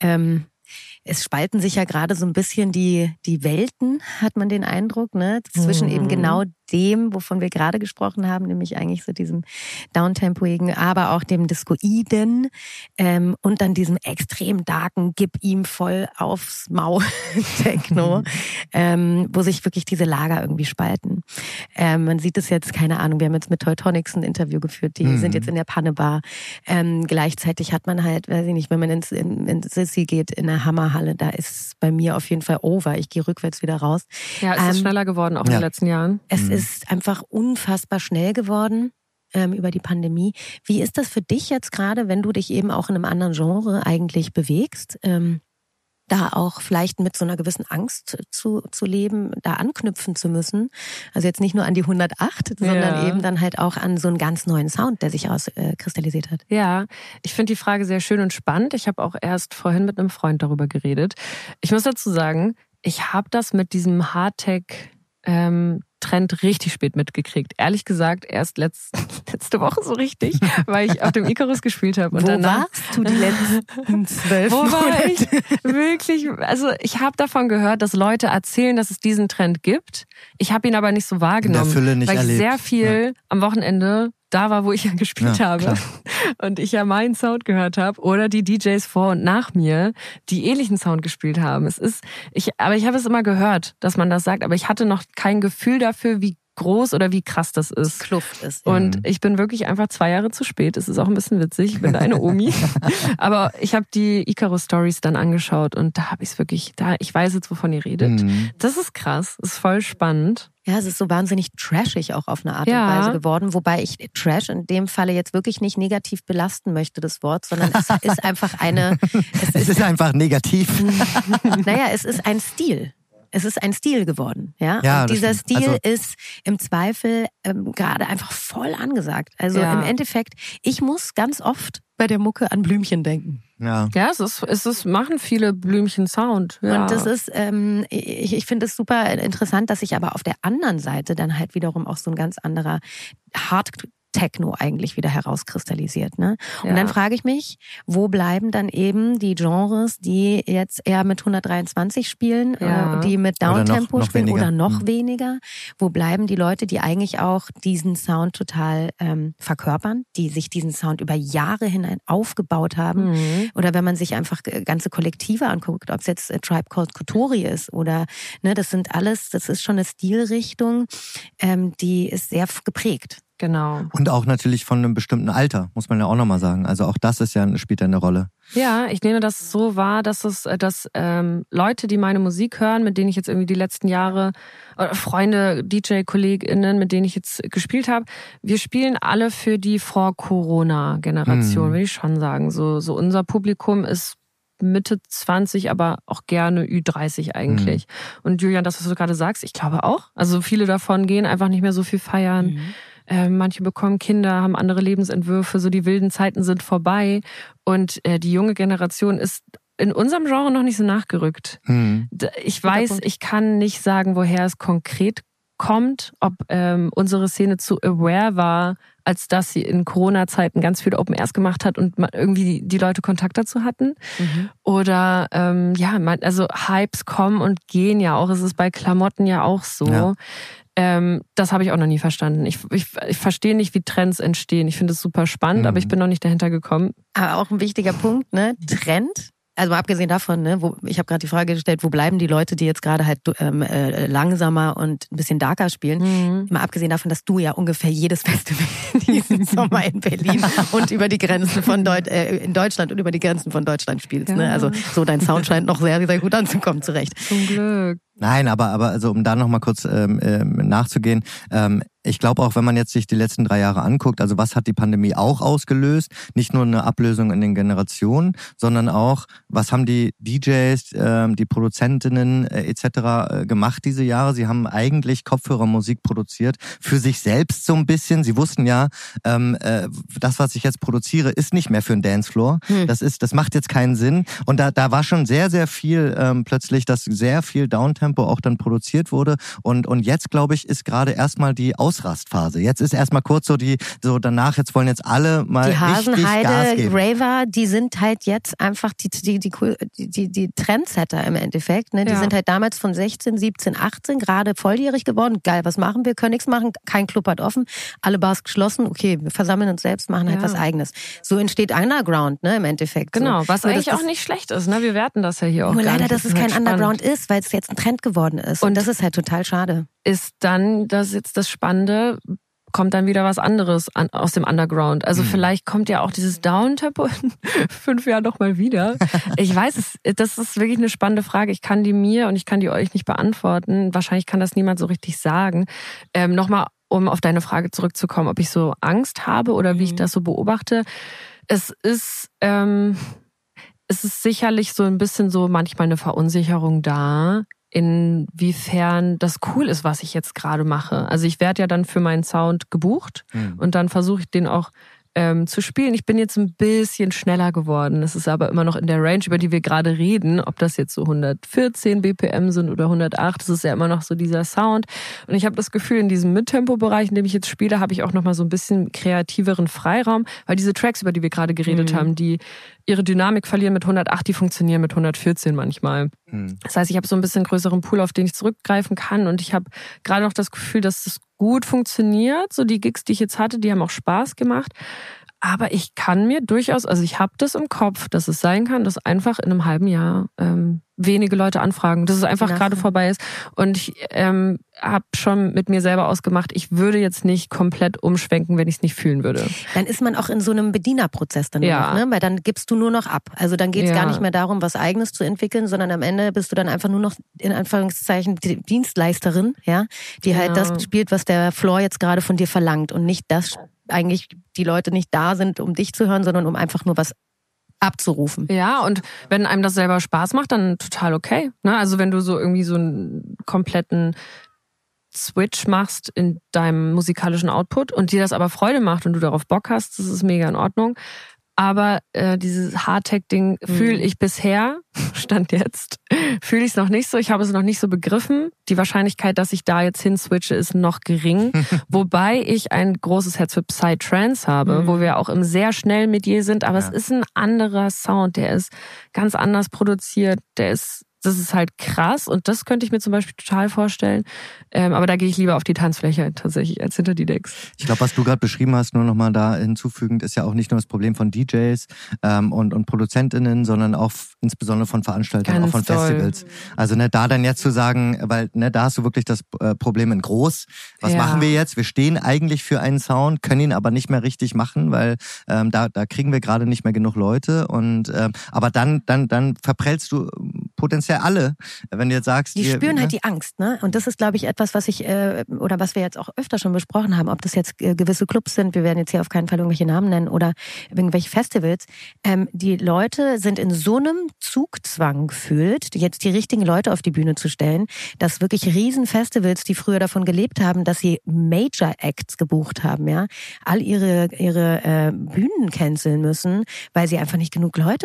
Speaker 1: Es spalten sich ja gerade so ein bisschen die Welten, hat man den Eindruck, ne? Zwischen eben genau dem, wovon wir gerade gesprochen haben, nämlich eigentlich so diesem Downtempoigen, aber auch dem Discoiden und dann diesem extrem darken, gib ihm voll aufs Maul Techno, wo sich wirklich diese Lager irgendwie spalten. Man sieht es jetzt, keine Ahnung, wir haben jetzt mit Teutonics ein Interview geführt, die sind jetzt in der Pannebar. Gleichzeitig hat man halt, weiß ich nicht, wenn man in Sissi geht, in der Hammerhalle, da ist bei mir auf jeden Fall over. Ich gehe rückwärts wieder raus.
Speaker 3: Ja, es ist schneller geworden, auch in den letzten Jahren.
Speaker 1: Es ist einfach unfassbar schnell geworden über die Pandemie. Wie ist das für dich jetzt gerade, wenn du dich eben auch in einem anderen Genre eigentlich bewegst? Da auch vielleicht mit so einer gewissen Angst zu leben, da anknüpfen zu müssen. Also jetzt nicht nur an die 108, sondern eben dann halt auch an so einen ganz neuen Sound, der sich auskristallisiert hat.
Speaker 3: Ja, ich finde die Frage sehr schön und spannend. Ich habe auch erst vorhin mit einem Freund darüber geredet. Ich muss dazu sagen, ich habe das mit diesem Hardtech Trend richtig spät mitgekriegt. Ehrlich gesagt, erst letzte Woche so richtig, weil ich auf dem Icarus gespielt habe. Und
Speaker 1: Wo warst du die letzten 12 Monate?
Speaker 3: Wo war ich? Wirklich, also ich habe davon gehört, dass Leute erzählen, dass es diesen Trend gibt. Ich habe ihn aber nicht so wahrgenommen,
Speaker 2: in der Fülle nicht
Speaker 3: weil ich
Speaker 2: erlebt.
Speaker 3: sehr viel am Wochenende da war, wo ich ja gespielt habe.
Speaker 2: Klar.
Speaker 3: Und ich ja meinen Sound gehört habe oder die DJs vor und nach mir, die ähnlichen Sound gespielt haben. Aber ich habe es immer gehört, dass man das sagt, aber ich hatte noch kein Gefühl dafür, wie groß oder wie krass das ist.
Speaker 1: Kluft ist.
Speaker 3: Und ich bin wirklich einfach 2 Jahre zu spät. Es ist auch ein bisschen witzig. Ich bin da eine Omi. Aber ich habe die Icarus Stories dann angeschaut und da habe ich es wirklich, ich weiß jetzt, wovon ihr redet. Das ist krass. Das ist voll spannend.
Speaker 1: Ja, es ist so wahnsinnig trashig auch auf eine Art und Weise geworden, wobei ich Trash in dem Falle jetzt wirklich nicht negativ belasten möchte, das Wort, sondern es ist einfach
Speaker 2: Es ist einfach negativ.
Speaker 1: Naja, es ist ein Stil. Es ist ein Stil geworden, ja.
Speaker 2: Ja,
Speaker 1: und dieser
Speaker 2: stimmt.
Speaker 1: Stil ist im Zweifel gerade einfach voll angesagt. Also im Endeffekt, ich muss ganz oft bei der Mucke an Blümchen denken.
Speaker 2: Ja,
Speaker 3: es machen viele Blümchen Sound. Ja.
Speaker 1: Und das ist, ich finde es super interessant, dass sich aber auf der anderen Seite dann halt wiederum auch so ein ganz anderer Techno eigentlich wieder herauskristallisiert. Ne? Und dann frage ich mich, wo bleiben dann eben die Genres, die jetzt eher mit 123 spielen, die mit Downtempo spielen
Speaker 2: weniger.
Speaker 1: Oder noch weniger? Wo bleiben die Leute, die eigentlich auch diesen Sound total verkörpern, die sich diesen Sound über Jahre hinein aufgebaut haben? Oder wenn man sich einfach ganze Kollektive anguckt, ob es jetzt Tribe Called Kotori ist oder, ne, das ist schon eine Stilrichtung, die ist sehr geprägt.
Speaker 3: Genau.
Speaker 2: Und auch natürlich von einem bestimmten Alter, muss man ja auch nochmal sagen. Also auch das spielt ja eine Rolle.
Speaker 3: Ja, ich nehme das so wahr, dass Leute, die meine Musik hören, mit denen ich jetzt irgendwie die letzten Jahre, Freunde, DJ-KollegInnen, mit denen ich jetzt gespielt habe, wir spielen alle für die Vor-Corona-Generation, würde ich schon sagen. So unser Publikum ist Mitte 20, aber auch gerne Ü30 eigentlich. Und Julian, das, was du gerade sagst, ich glaube auch. Also viele davon gehen einfach nicht mehr so viel feiern. Manche bekommen Kinder, haben andere Lebensentwürfe, so die wilden Zeiten sind vorbei. Und die junge Generation ist in unserem Genre noch nicht so nachgerückt. Ich weiß, ich kann nicht sagen, woher es konkret kommt, ob unsere Szene zu aware war, als dass sie in Corona-Zeiten ganz viel Open Airs gemacht hat und irgendwie die Leute Kontakt dazu hatten. Oder also Hypes kommen und gehen ja auch. Es ist bei Klamotten ja auch so. Ja. Das habe ich auch noch nie verstanden. Ich verstehe nicht, wie Trends entstehen. Ich finde es super spannend, aber ich bin noch nicht dahinter gekommen.
Speaker 1: Aber auch ein wichtiger Punkt, ne? Trend. Also mal abgesehen davon, ne, ich habe gerade die Frage gestellt, wo bleiben die Leute, die jetzt gerade halt langsamer und ein bisschen darker spielen? Mal abgesehen davon, dass du ja ungefähr jedes Festival diesen Sommer in Berlin und über die Grenzen von in Deutschland und über die Grenzen von Deutschland spielst. Ne? Also so dein Sound scheint noch sehr, sehr gut anzukommen, zurecht.
Speaker 3: Zum Glück.
Speaker 2: Nein, aber also um da nochmal kurz nachzugehen, ich glaube auch, wenn man jetzt sich die letzten 3 Jahre anguckt, also was hat die Pandemie auch ausgelöst? Nicht nur eine Ablösung in den Generationen, sondern auch, was haben die DJs, die Produzentinnen etc. gemacht diese Jahre? Sie haben eigentlich Kopfhörermusik produziert für sich selbst so ein bisschen. Sie wussten ja, das, was ich jetzt produziere, ist nicht mehr für einen Dancefloor. Das macht jetzt keinen Sinn. Und da war schon sehr, sehr viel plötzlich, dass sehr viel Downtempo Downtempo auch dann produziert wurde. Und jetzt, glaube ich, ist gerade erstmal die Ausrastphase. Jetzt ist erstmal kurz danach, jetzt wollen jetzt alle mal
Speaker 1: die
Speaker 2: richtig Gas geben.
Speaker 1: Raver, die sind halt jetzt einfach die Trendsetter im Endeffekt. Ne? Die sind halt damals von 16, 17, 18 gerade volljährig geworden. Geil, was machen wir? Können nichts machen. Kein Club hat offen. Alle Bars geschlossen. Okay, wir versammeln uns selbst, machen halt was Eigenes. So entsteht Underground, ne, im Endeffekt.
Speaker 3: Genau,
Speaker 1: so.
Speaker 3: was eigentlich auch nicht schlecht ist. Ne? Wir werten das ja hier auch.
Speaker 1: Nur leider, dass es kein
Speaker 3: spannend.
Speaker 1: Underground ist, weil es jetzt ein Trend geworden ist. Und das ist halt total schade.
Speaker 3: Ist dann jetzt das Spannende, kommt dann wieder was anderes aus dem Underground. Also vielleicht kommt ja auch dieses Downtempo in 5 Jahren noch mal wieder. Ich weiß es, das ist wirklich eine spannende Frage. Ich kann die mir und ich kann die euch nicht beantworten. Wahrscheinlich kann das niemand so richtig sagen. Nochmal, um auf deine Frage zurückzukommen, ob ich so Angst habe oder wie ich das so beobachte. Es ist sicherlich so ein bisschen so manchmal eine Verunsicherung da, inwiefern das cool ist, was ich jetzt gerade mache. Also ich werde ja dann für meinen Sound gebucht und dann versuche ich den auch zu spielen. Ich bin jetzt ein bisschen schneller geworden. Das ist aber immer noch in der Range, über die wir gerade reden. Ob das jetzt so 114 BPM sind oder 108, das ist ja immer noch so dieser Sound. Und ich habe das Gefühl, in diesem Mittempo-Bereich, in dem ich jetzt spiele, habe ich auch noch mal so ein bisschen kreativeren Freiraum, weil diese Tracks, über die wir gerade geredet haben, die ihre Dynamik verlieren mit 108, die funktionieren mit 114 manchmal. Das heißt, ich habe so ein bisschen größeren Pool, auf den ich zurückgreifen kann. Und ich habe gerade noch das Gefühl, dass das gut funktioniert. So die Gigs, die ich jetzt hatte, die haben auch Spaß gemacht. Aber ich kann mir durchaus, also ich habe das im Kopf, dass es sein kann, dass einfach in einem halben Jahr wenige Leute anfragen, dass es einfach gerade vorbei ist. Und ich habe schon mit mir selber ausgemacht, ich würde jetzt nicht komplett umschwenken, wenn ich es nicht fühlen würde.
Speaker 1: Dann ist man auch in so einem Bedienerprozess dann noch, ne? Weil dann gibst du nur noch ab. Also dann geht es gar nicht mehr darum, was Eigenes zu entwickeln, sondern am Ende bist du dann einfach nur noch in Anführungszeichen die Dienstleisterin, ja, die halt das spielt, was der Floor jetzt gerade von dir verlangt und nicht das eigentlich die Leute nicht da sind, um dich zu hören, sondern um einfach nur was abzurufen.
Speaker 3: Ja, und wenn einem das selber Spaß macht, dann total okay. Ne? Also wenn du so irgendwie so einen kompletten Switch machst in deinem musikalischen Output und dir das aber Freude macht und du darauf Bock hast, das ist mega in Ordnung. Aber dieses Hardtech-Ding fühle ich bisher, Stand jetzt, fühle ich es noch nicht so. Ich habe es noch nicht so begriffen. Die Wahrscheinlichkeit, dass ich da jetzt hin switche, ist noch gering. Wobei ich ein großes Herz für Psytrance habe, wo wir auch im sehr schnellen Metier sind. Aber es ist ein anderer Sound. Der ist ganz anders produziert. Das ist halt krass und das könnte ich mir zum Beispiel total vorstellen. Aber da gehe ich lieber auf die Tanzfläche tatsächlich als hinter die Decks.
Speaker 2: Ich glaube, was du gerade beschrieben hast, nur nochmal da hinzufügend, ist ja auch nicht nur das Problem von DJs und ProduzentInnen, sondern auch insbesondere von Veranstaltern,
Speaker 3: ganz
Speaker 2: auch von Festivals. Also da dann jetzt zu sagen, weil da hast du wirklich das Problem in groß. Was machen wir jetzt? Wir stehen eigentlich für einen Sound, können ihn aber nicht mehr richtig machen, weil da kriegen wir gerade nicht mehr genug Leute. Und aber dann verprellst du potenziell alle, wenn du jetzt sagst...
Speaker 1: Die spüren halt die Angst, ne? Und das ist, glaube ich, etwas, was was wir jetzt auch öfter schon besprochen haben, ob das jetzt gewisse Clubs sind, wir werden jetzt hier auf keinen Fall irgendwelche Namen nennen, oder irgendwelche Festivals. Die Leute sind in so einem Zugzwang gefühlt, jetzt die richtigen Leute auf die Bühne zu stellen, dass wirklich Riesenfestivals, die früher davon gelebt haben, dass sie Major Acts gebucht haben, ja, all ihre Bühnen canceln müssen, weil sie einfach nicht genug Leute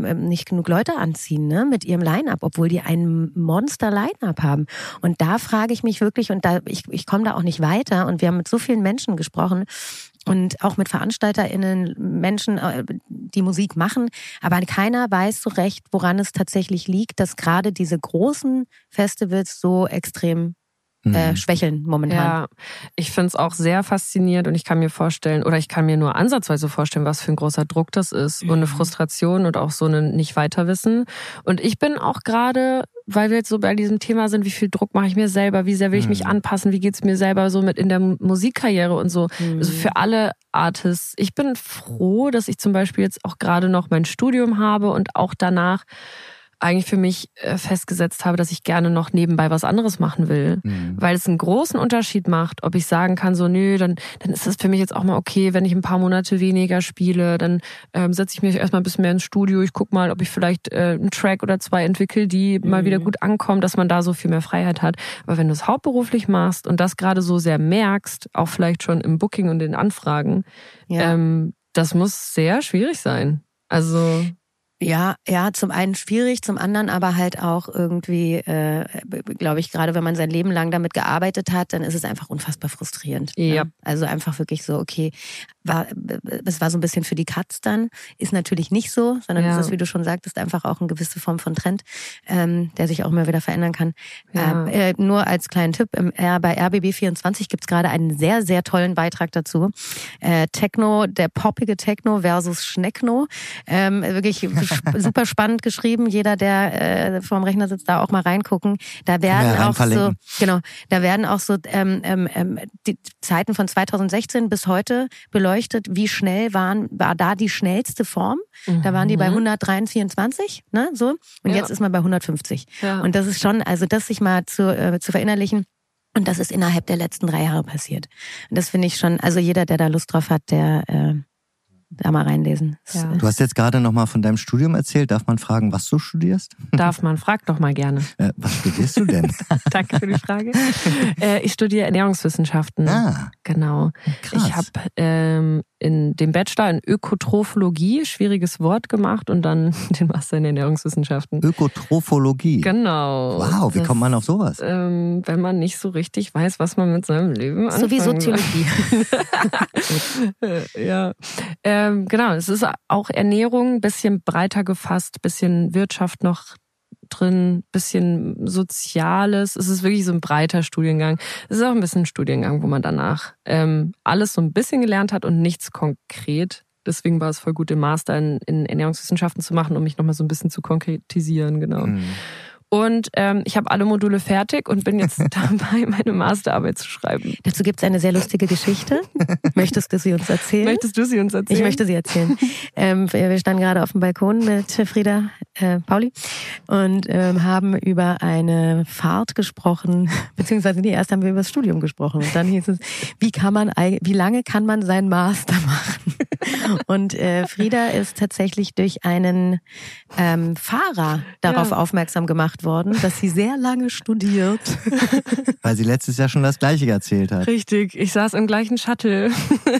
Speaker 1: anziehen, ne, mit ihrem Line-Up, obwohl die ein Monster-Line-Up haben. Und da frage ich mich wirklich, und ich komme da auch nicht weiter, und wir haben mit so vielen Menschen gesprochen und auch mit VeranstalterInnen, Menschen, die Musik machen, aber keiner weiß so recht, woran es tatsächlich liegt, dass gerade diese großen Festivals so extrem schwächeln momentan.
Speaker 3: Ja, ich finde es auch sehr faszinierend und ich kann mir vorstellen, oder ich kann mir nur ansatzweise vorstellen, was für ein großer Druck das ist und eine Frustration und auch so ein Nicht-Weiterwissen. Und ich bin auch gerade, weil wir jetzt so bei diesem Thema sind, wie viel Druck mache ich mir selber, wie sehr will ich mich anpassen, wie geht's mir selber so mit in der Musikkarriere und so. Also für alle Artists. Ich bin froh, dass ich zum Beispiel jetzt auch gerade noch mein Studium habe und auch danach eigentlich für mich festgesetzt habe, dass ich gerne noch nebenbei was anderes machen will. Weil es einen großen Unterschied macht, ob ich sagen kann, so nö, dann ist das für mich jetzt auch mal okay, wenn ich ein paar Monate weniger spiele, dann setze ich mich erstmal ein bisschen mehr ins Studio, ich gucke mal, ob ich vielleicht einen Track oder 2 entwickle, die mal wieder gut ankommen, dass man da so viel mehr Freiheit hat. Aber wenn du es hauptberuflich machst und das gerade so sehr merkst, auch vielleicht schon im Booking und den Anfragen, das muss sehr schwierig sein. Also...
Speaker 1: Ja, zum einen schwierig, zum anderen aber halt auch irgendwie, glaube ich, gerade wenn man sein Leben lang damit gearbeitet hat, dann ist es einfach unfassbar frustrierend.
Speaker 3: Ja.
Speaker 1: Ne? Also einfach wirklich so, okay, es war so ein bisschen für die Katz dann, ist natürlich nicht so, sondern es ist, wie du schon sagtest, einfach auch eine gewisse Form von Trend, der sich auch immer wieder verändern kann.
Speaker 3: Ja.
Speaker 1: Nur als kleinen Tipp, bei RBB24 gibt's gerade einen sehr, sehr tollen Beitrag dazu. Techno, der poppige Techno versus Schneckno. Wirklich super spannend geschrieben. Jeder, der vorm Rechner sitzt, da auch mal reingucken. Da werden auch so die Zeiten von 2016 bis heute beleuchtet, wie schnell war da die schnellste Form. Da waren die bei 123, ne, so. Und jetzt ist man bei 150. Ja. Und das ist schon, also das sich mal zu verinnerlichen. Und das ist innerhalb der letzten 3 Jahre passiert. Und das finde ich schon, also jeder, der da Lust drauf hat, der da mal reinlesen.
Speaker 2: Ja. Du hast jetzt gerade noch mal von deinem Studium erzählt. Darf man fragen, was du studierst?
Speaker 3: Darf man, frag doch mal gerne.
Speaker 2: Was studierst du denn?
Speaker 3: Danke für die Frage. Ich studiere Ernährungswissenschaften.
Speaker 2: Ah.
Speaker 3: Genau.
Speaker 2: Krass.
Speaker 3: Ich habe in dem Bachelor in Ökotrophologie, schwieriges Wort, gemacht und dann den Master in Ernährungswissenschaften.
Speaker 2: Ökotrophologie?
Speaker 3: Genau.
Speaker 2: Wow, wie kommt man auf sowas?
Speaker 3: Wenn man nicht so richtig weiß, was man mit seinem Leben anfangen
Speaker 1: so wie Soziologie.
Speaker 3: Ja. Genau, es ist auch Ernährung, bisschen breiter gefasst, bisschen Wirtschaft noch drin, bisschen Soziales. Es ist wirklich so ein breiter Studiengang. Es ist auch ein bisschen ein Studiengang, wo man danach alles so ein bisschen gelernt hat und nichts konkret. Deswegen war es voll gut, den Master in Ernährungswissenschaften zu machen, um mich nochmal so ein bisschen zu konkretisieren, genau. Und ich habe alle Module fertig und bin jetzt dabei, meine Masterarbeit zu schreiben.
Speaker 1: Dazu gibt es eine sehr lustige Geschichte. Möchtest du sie uns erzählen?
Speaker 3: Möchtest du sie uns erzählen?
Speaker 1: Ich möchte sie erzählen. Wir standen gerade auf dem Balkon mit Frieda Pauli und haben über eine Fahrt gesprochen, beziehungsweise erst haben wir über das Studium gesprochen. Und dann hieß es, wie lange kann man seinen Master machen? Und Frieda ist tatsächlich durch einen Fahrer darauf aufmerksam gemacht worden, dass sie sehr lange studiert.
Speaker 2: Weil sie letztes Jahr schon das Gleiche erzählt hat.
Speaker 3: Richtig, ich saß im gleichen Shuttle.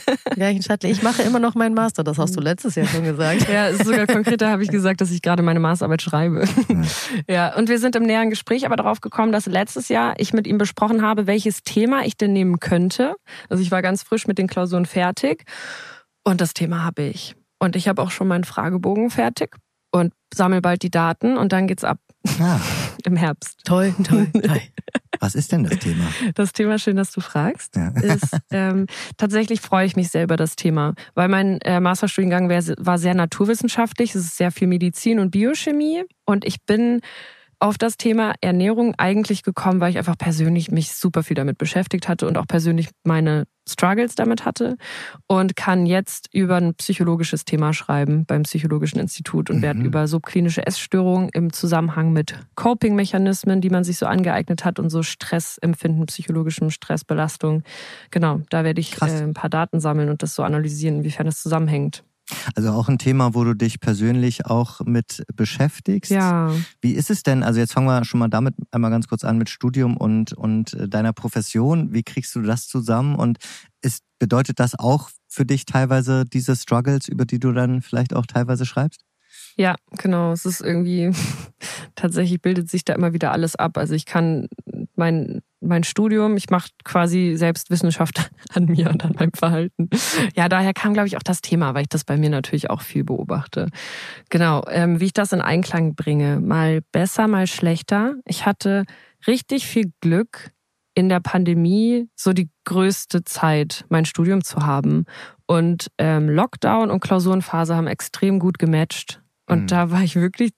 Speaker 1: Ich mache immer noch meinen Master, das hast du letztes Jahr schon gesagt.
Speaker 3: Ja, sogar konkreter habe ich gesagt, dass ich gerade meine Masterarbeit schreibe. Ja, und wir sind im näheren Gespräch aber darauf gekommen, dass letztes Jahr ich mit ihm besprochen habe, welches Thema ich denn nehmen könnte. Also ich war ganz frisch mit den Klausuren fertig und das Thema habe ich. Und ich habe auch schon meinen Fragebogen fertig und sammle bald die Daten und dann geht's ab. Im Herbst.
Speaker 1: Toll.
Speaker 2: Was ist denn das Thema?
Speaker 3: Das Thema, schön, dass du fragst, ist, tatsächlich freue ich mich sehr über das Thema, weil mein Masterstudiengang war sehr naturwissenschaftlich, es ist sehr viel Medizin und Biochemie und ich bin auf das Thema Ernährung eigentlich gekommen, weil ich einfach persönlich mich super viel damit beschäftigt hatte und auch persönlich meine Struggles damit hatte und kann jetzt über ein psychologisches Thema schreiben beim Psychologischen Institut und werde über subklinische Essstörungen im Zusammenhang mit Coping-Mechanismen, die man sich so angeeignet hat und so Stressempfinden, psychologischem Stressbelastung. Genau, da werde ich ein paar Daten sammeln und das so analysieren, inwiefern das zusammenhängt.
Speaker 2: Also auch ein Thema, wo du dich persönlich auch mit beschäftigst.
Speaker 3: Ja.
Speaker 2: Wie ist es denn, also jetzt fangen wir schon mal damit einmal ganz kurz an mit Studium und deiner Profession. Wie kriegst du das zusammen und bedeutet das auch für dich teilweise diese Struggles, über die du dann vielleicht auch teilweise schreibst?
Speaker 3: Ja, genau. Es ist irgendwie, tatsächlich bildet sich da immer wieder alles ab. Also ich kann mein Studium, ich mache quasi Selbstwissenschaft an mir und an meinem Verhalten. Ja, daher kam, glaube ich, auch das Thema, weil ich das bei mir natürlich auch viel beobachte. Genau, wie ich das in Einklang bringe. Mal besser, mal schlechter. Ich hatte richtig viel Glück, in der Pandemie so die größte Zeit, mein Studium zu haben. Und Lockdown und Klausurenphase haben extrem gut gematcht. Und da war ich wirklich,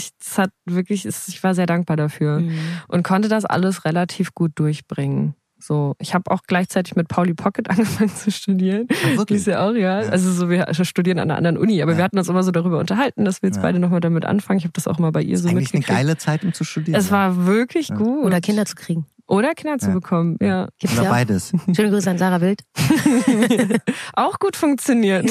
Speaker 3: ich war sehr dankbar dafür und konnte das alles relativ gut durchbringen. So, ich habe auch gleichzeitig mit Pauli Pocket angefangen zu studieren.
Speaker 2: Ach, wirklich?
Speaker 3: Die ist ja auch, ja. Also so, wir studieren an einer anderen Uni, aber wir hatten uns immer so darüber unterhalten, dass wir jetzt beide nochmal damit anfangen. Ich habe das auch mal bei ihr so mitgekriegt.
Speaker 2: Eigentlich eine geile Zeit, um zu studieren.
Speaker 3: Es war wirklich gut.
Speaker 1: Oder Kinder zu kriegen.
Speaker 3: Oder Kinder zu bekommen, ja.
Speaker 1: Gibt's
Speaker 2: Oder beides.
Speaker 1: Schöne Grüße an Sarah Wild.
Speaker 3: Auch gut funktioniert.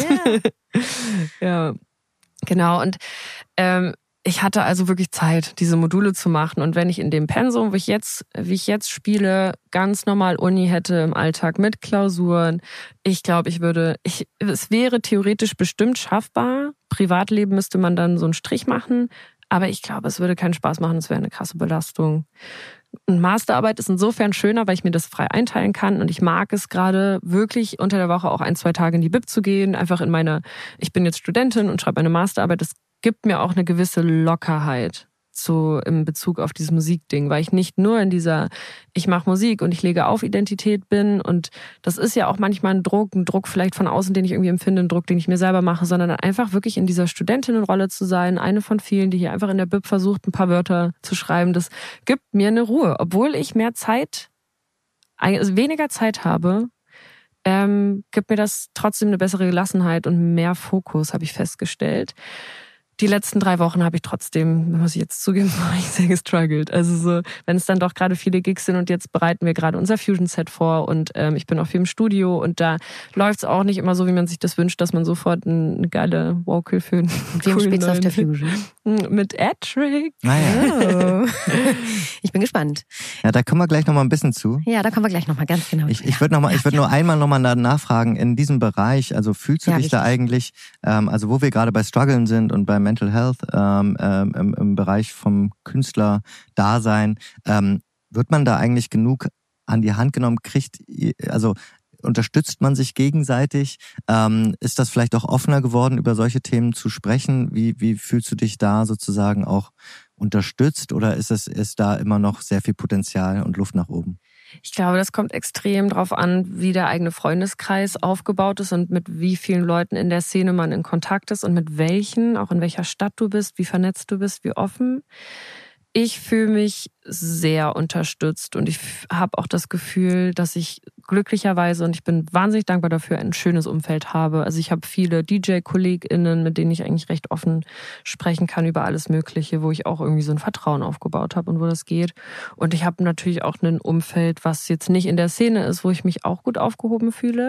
Speaker 3: Ja. Genau, und ich hatte also wirklich Zeit, diese Module zu machen. Und wenn ich in dem Pensum, wie ich jetzt spiele, ganz normal Uni hätte im Alltag mit Klausuren, ich glaube, es wäre theoretisch bestimmt schaffbar, Privatleben müsste man dann so einen Strich machen. Aber ich glaube, es würde keinen Spaß machen, es wäre eine krasse Belastung. Und Masterarbeit ist insofern schöner, weil ich mir das frei einteilen kann. Und ich mag es gerade wirklich unter der Woche auch 1-2 Tage in die Bib zu gehen. Einfach ich bin jetzt Studentin und schreibe eine Masterarbeit. Das gibt mir auch eine gewisse Lockerheit im Bezug auf dieses Musikding, weil ich nicht nur in dieser ich mache Musik und ich lege auf Identität bin, und das ist ja auch manchmal ein Druck vielleicht von außen, den ich irgendwie empfinde, ein Druck, den ich mir selber mache, sondern einfach wirklich in dieser Studentinnenrolle zu sein, eine von vielen, die hier einfach in der Bib versucht, ein paar Wörter zu schreiben. Das gibt mir eine Ruhe, obwohl ich weniger Zeit habe, gibt mir das trotzdem eine bessere Gelassenheit und mehr Fokus, habe ich festgestellt. Die letzten 3 Wochen habe ich trotzdem, muss ich jetzt zugeben, war ich sehr gestruggelt. Also so, wenn es dann doch gerade viele Gigs sind, und jetzt bereiten wir gerade unser Fusion-Set vor und ich bin auch viel im Studio, und da läuft es auch nicht immer so, wie man sich das wünscht, dass man sofort eine geile Vocal für einen
Speaker 1: Wem spielst du auf der Fusion?
Speaker 3: Mit Edric.
Speaker 2: Naja.
Speaker 1: Oh. Ich bin gespannt.
Speaker 2: Ja, da kommen wir gleich nochmal ein bisschen zu.
Speaker 1: Ja, da kommen wir gleich nochmal ganz genau.
Speaker 2: Ich würde nur einmal nochmal nachfragen, in diesem Bereich, also fühlst du dich da eigentlich, also wo wir gerade bei Struggeln sind und bei Mental Health, im Bereich vom Künstler-Dasein, wird man da eigentlich genug an die Hand genommen, unterstützt man sich gegenseitig? Ist das vielleicht auch offener geworden, über solche Themen zu sprechen? Wie fühlst du dich da sozusagen auch unterstützt, oder ist da immer noch sehr viel Potenzial und Luft nach oben?
Speaker 3: Ich glaube, das kommt extrem drauf an, wie der eigene Freundeskreis aufgebaut ist und mit wie vielen Leuten in der Szene man in Kontakt ist und mit welchen, auch in welcher Stadt du bist, wie vernetzt du bist, wie offen. Ich fühle mich sehr unterstützt, und ich habe auch das Gefühl, dass ich glücklicherweise, und ich bin wahnsinnig dankbar dafür, ein schönes Umfeld habe. Also ich habe viele DJ-KollegInnen, mit denen ich eigentlich recht offen sprechen kann über alles Mögliche, wo ich auch irgendwie so ein Vertrauen aufgebaut habe und wo das geht. Und ich habe natürlich auch ein Umfeld, was jetzt nicht in der Szene ist, wo ich mich auch gut aufgehoben fühle.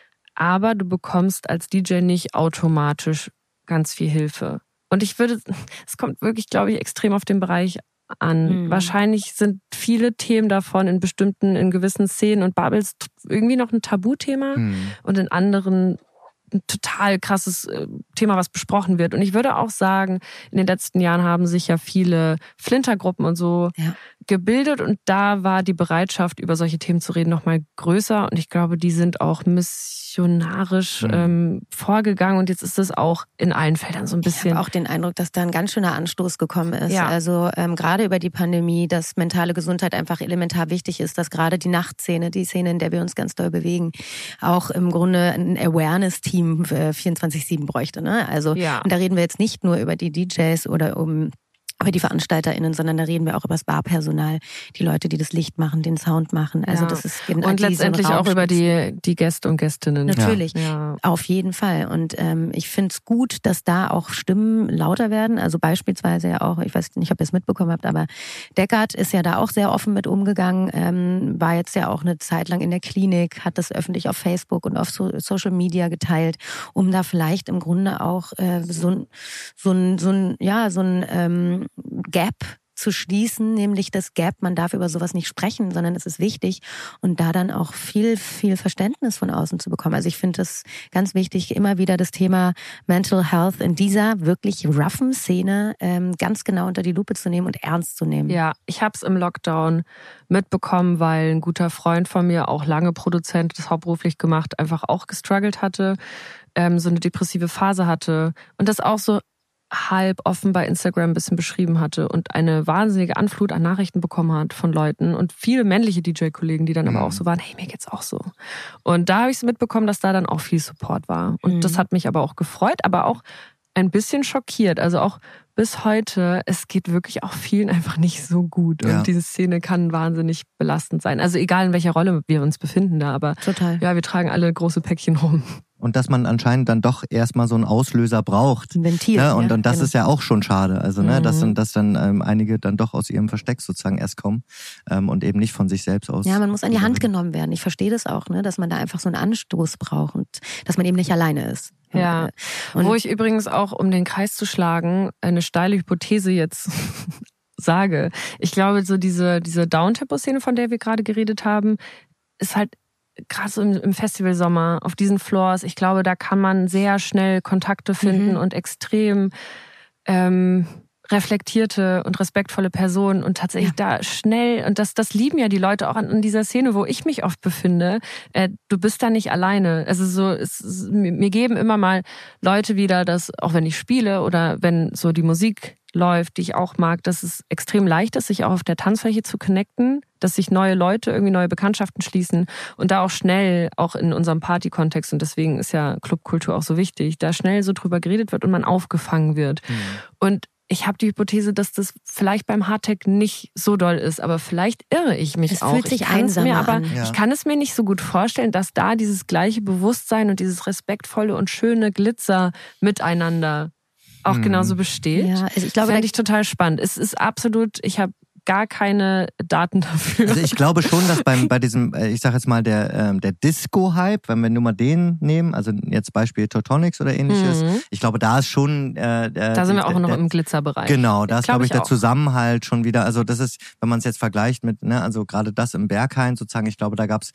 Speaker 3: Aber du bekommst als DJ nicht automatisch ganz viel Hilfe. Und es kommt wirklich, glaube ich, extrem auf den Bereich an. Wahrscheinlich sind viele Themen davon in gewissen Szenen und Bubbles irgendwie noch ein Tabuthema und in anderen ein total krasses Thema, was besprochen wird. Und ich würde auch sagen, in den letzten Jahren haben sich ja viele Flintergruppen und so gebildet, und da war die Bereitschaft, über solche Themen zu reden, noch mal größer. Und ich glaube, die sind auch missionarisch vorgegangen, und jetzt ist es auch in allen Feldern so ein bisschen.
Speaker 1: Ich habe auch den Eindruck, dass da ein ganz schöner Anstoß gekommen ist.
Speaker 3: Ja.
Speaker 1: Also gerade über die Pandemie, dass mentale Gesundheit einfach elementar wichtig ist, dass gerade die Nachtszene, die Szene, in der wir uns ganz doll bewegen, auch im Grunde ein Awareness-Team 24/7 bräuchte. Ne? Also und da reden wir jetzt nicht nur über die DJs oder über die VeranstalterInnen, sondern da reden wir auch über das Barpersonal, die Leute, die das Licht machen, den Sound machen. Also das ist
Speaker 3: und letztendlich auch über die Gäste und Gästinnen.
Speaker 1: Natürlich, auf jeden Fall. Und ich finde es gut, dass da auch Stimmen lauter werden. Also beispielsweise ja auch, ich weiß nicht, ob ihr es mitbekommen habt, aber Deckard ist ja da auch sehr offen mit umgegangen, war jetzt ja auch eine Zeit lang in der Klinik, hat das öffentlich auf Facebook und auf Social Media geteilt, um da vielleicht im Grunde auch so ein Gap zu schließen, nämlich das Gap, man darf über sowas nicht sprechen, sondern es ist wichtig, und da dann auch viel, viel Verständnis von außen zu bekommen. Also ich finde es ganz wichtig, immer wieder das Thema Mental Health in dieser wirklich roughen Szene ganz genau unter die Lupe zu nehmen und ernst zu nehmen.
Speaker 3: Ja, ich habe es im Lockdown mitbekommen, weil ein guter Freund von mir, auch lange Produzent, das hauptberuflich gemacht, einfach auch gestruggelt hatte, so eine depressive Phase hatte und das auch so halb offen bei Instagram ein bisschen beschrieben hatte und eine wahnsinnige Anflut an Nachrichten bekommen hat von Leuten und viele männliche DJ-Kollegen, die dann aber auch so waren, hey, mir geht's auch so. Und da habe ich mitbekommen, dass da dann auch viel Support war. Und das hat mich aber auch gefreut, aber auch ein bisschen schockiert. Also auch bis heute, es geht wirklich auch vielen einfach nicht so gut. Und diese Szene kann wahnsinnig belastend sein. Also egal, in welcher Rolle wir uns befinden da, aber ja, wir tragen alle große Päckchen rum.
Speaker 2: Und dass man anscheinend dann doch erstmal so einen Auslöser braucht.
Speaker 1: Ein Ventil.
Speaker 2: Ne? Und das ist ja auch schon schade. Also, dass dann einige dann doch aus ihrem Versteck sozusagen erst kommen und eben nicht von sich selbst aus.
Speaker 1: Ja, man muss an die Hand genommen werden. Ich verstehe das auch, ne? Dass man da einfach so einen Anstoß braucht und dass man eben nicht alleine ist.
Speaker 3: Ja, und wo ich übrigens auch, um den Kreis zu schlagen, eine steile Hypothese jetzt sage. Ich glaube, so diese Downtempo-Szene, von der wir gerade geredet haben, ist halt gerade so im Festivalsommer, auf diesen Floors, ich glaube, da kann man sehr schnell Kontakte finden und extrem reflektierte und respektvolle Personen und tatsächlich da schnell, und das lieben ja die Leute auch an dieser Szene, wo ich mich oft befinde, du bist da nicht alleine. Also mir geben immer mal Leute wieder, dass, auch wenn ich spiele oder wenn so die Musik läuft, die ich auch mag, dass es extrem leicht ist, sich auch auf der Tanzfläche zu connecten, dass sich neue Leute irgendwie neue Bekanntschaften schließen und da auch schnell, auch in unserem Party-Kontext, und deswegen ist ja Clubkultur auch so wichtig, da schnell so drüber geredet wird und man aufgefangen wird. Und ich habe die Hypothese, dass das vielleicht beim Hardtech nicht so doll ist, aber vielleicht irre ich mich auch.
Speaker 1: Es fühlt sich einsamer an.
Speaker 3: Ich kann es mir nicht so gut vorstellen, dass da dieses gleiche Bewusstsein und dieses respektvolle und schöne Glitzer miteinander auch genauso besteht.
Speaker 1: Ja, also ich glaube,
Speaker 3: fände ich total spannend. Es ist absolut, ich habe gar keine Daten dafür.
Speaker 2: Also ich glaube schon, dass bei diesem, ich sag jetzt mal, der Disco-Hype, wenn wir nur mal den nehmen, also jetzt Beispiel Teutonics oder ähnliches, ich glaube, da ist schon...
Speaker 3: da sind wir auch noch im Glitzerbereich.
Speaker 2: Genau, da ist, glaube ich, der Zusammenhalt schon wieder, also das ist, wenn man es jetzt vergleicht mit, ne, also gerade das im Berghain sozusagen, ich glaube, da gab's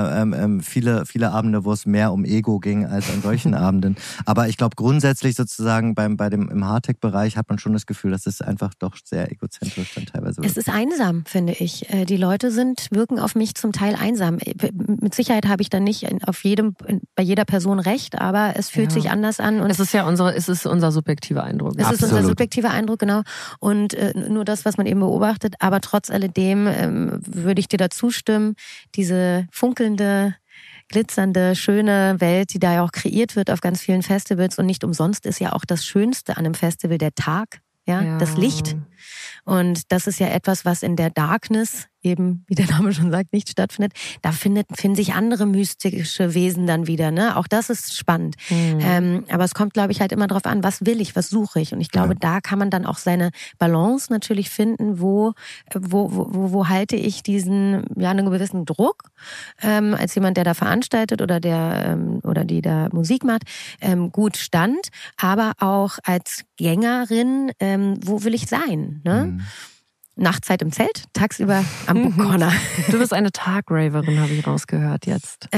Speaker 2: viele Abende, wo es mehr um Ego ging als an solchen Abenden. Aber ich glaube, grundsätzlich sozusagen im Hardtech-Bereich hat man schon das Gefühl, dass es einfach doch sehr egozentrisch dann teilweise wird.
Speaker 1: Es ist einsam, finde ich. Die Leute wirken auf mich zum Teil einsam. Mit Sicherheit habe ich dann nicht bei jeder Person recht, aber es fühlt sich anders an. Und
Speaker 3: es ist unser subjektiver Eindruck.
Speaker 1: Es ist unser subjektiver Eindruck, genau. Und nur das, was man eben beobachtet. Aber trotz alledem würde ich dir dazu stimmen, diese funkelnde, glitzernde, schöne Welt, die da ja auch kreiert wird auf ganz vielen Festivals. Und nicht umsonst ist ja auch das Schönste an einem Festival der Tag, das Licht. Und das ist ja etwas, was in der Darkness eben, wie der Name schon sagt, nicht stattfindet. Da finden sich andere mystische Wesen dann wieder. Ne? Auch das ist spannend. Aber es kommt, glaube ich, halt immer darauf an, was will ich, was suche ich. Und ich glaube, da kann man dann auch seine Balance natürlich finden, wo halte ich diesen, einen gewissen Druck als jemand, der da veranstaltet oder die da Musik macht, gut stand, aber auch als Gängerin, wo will ich sein? Ne? Nachtzeit im Zelt, tagsüber am Book Corner.
Speaker 3: Du bist eine Tagraverin, habe ich rausgehört jetzt.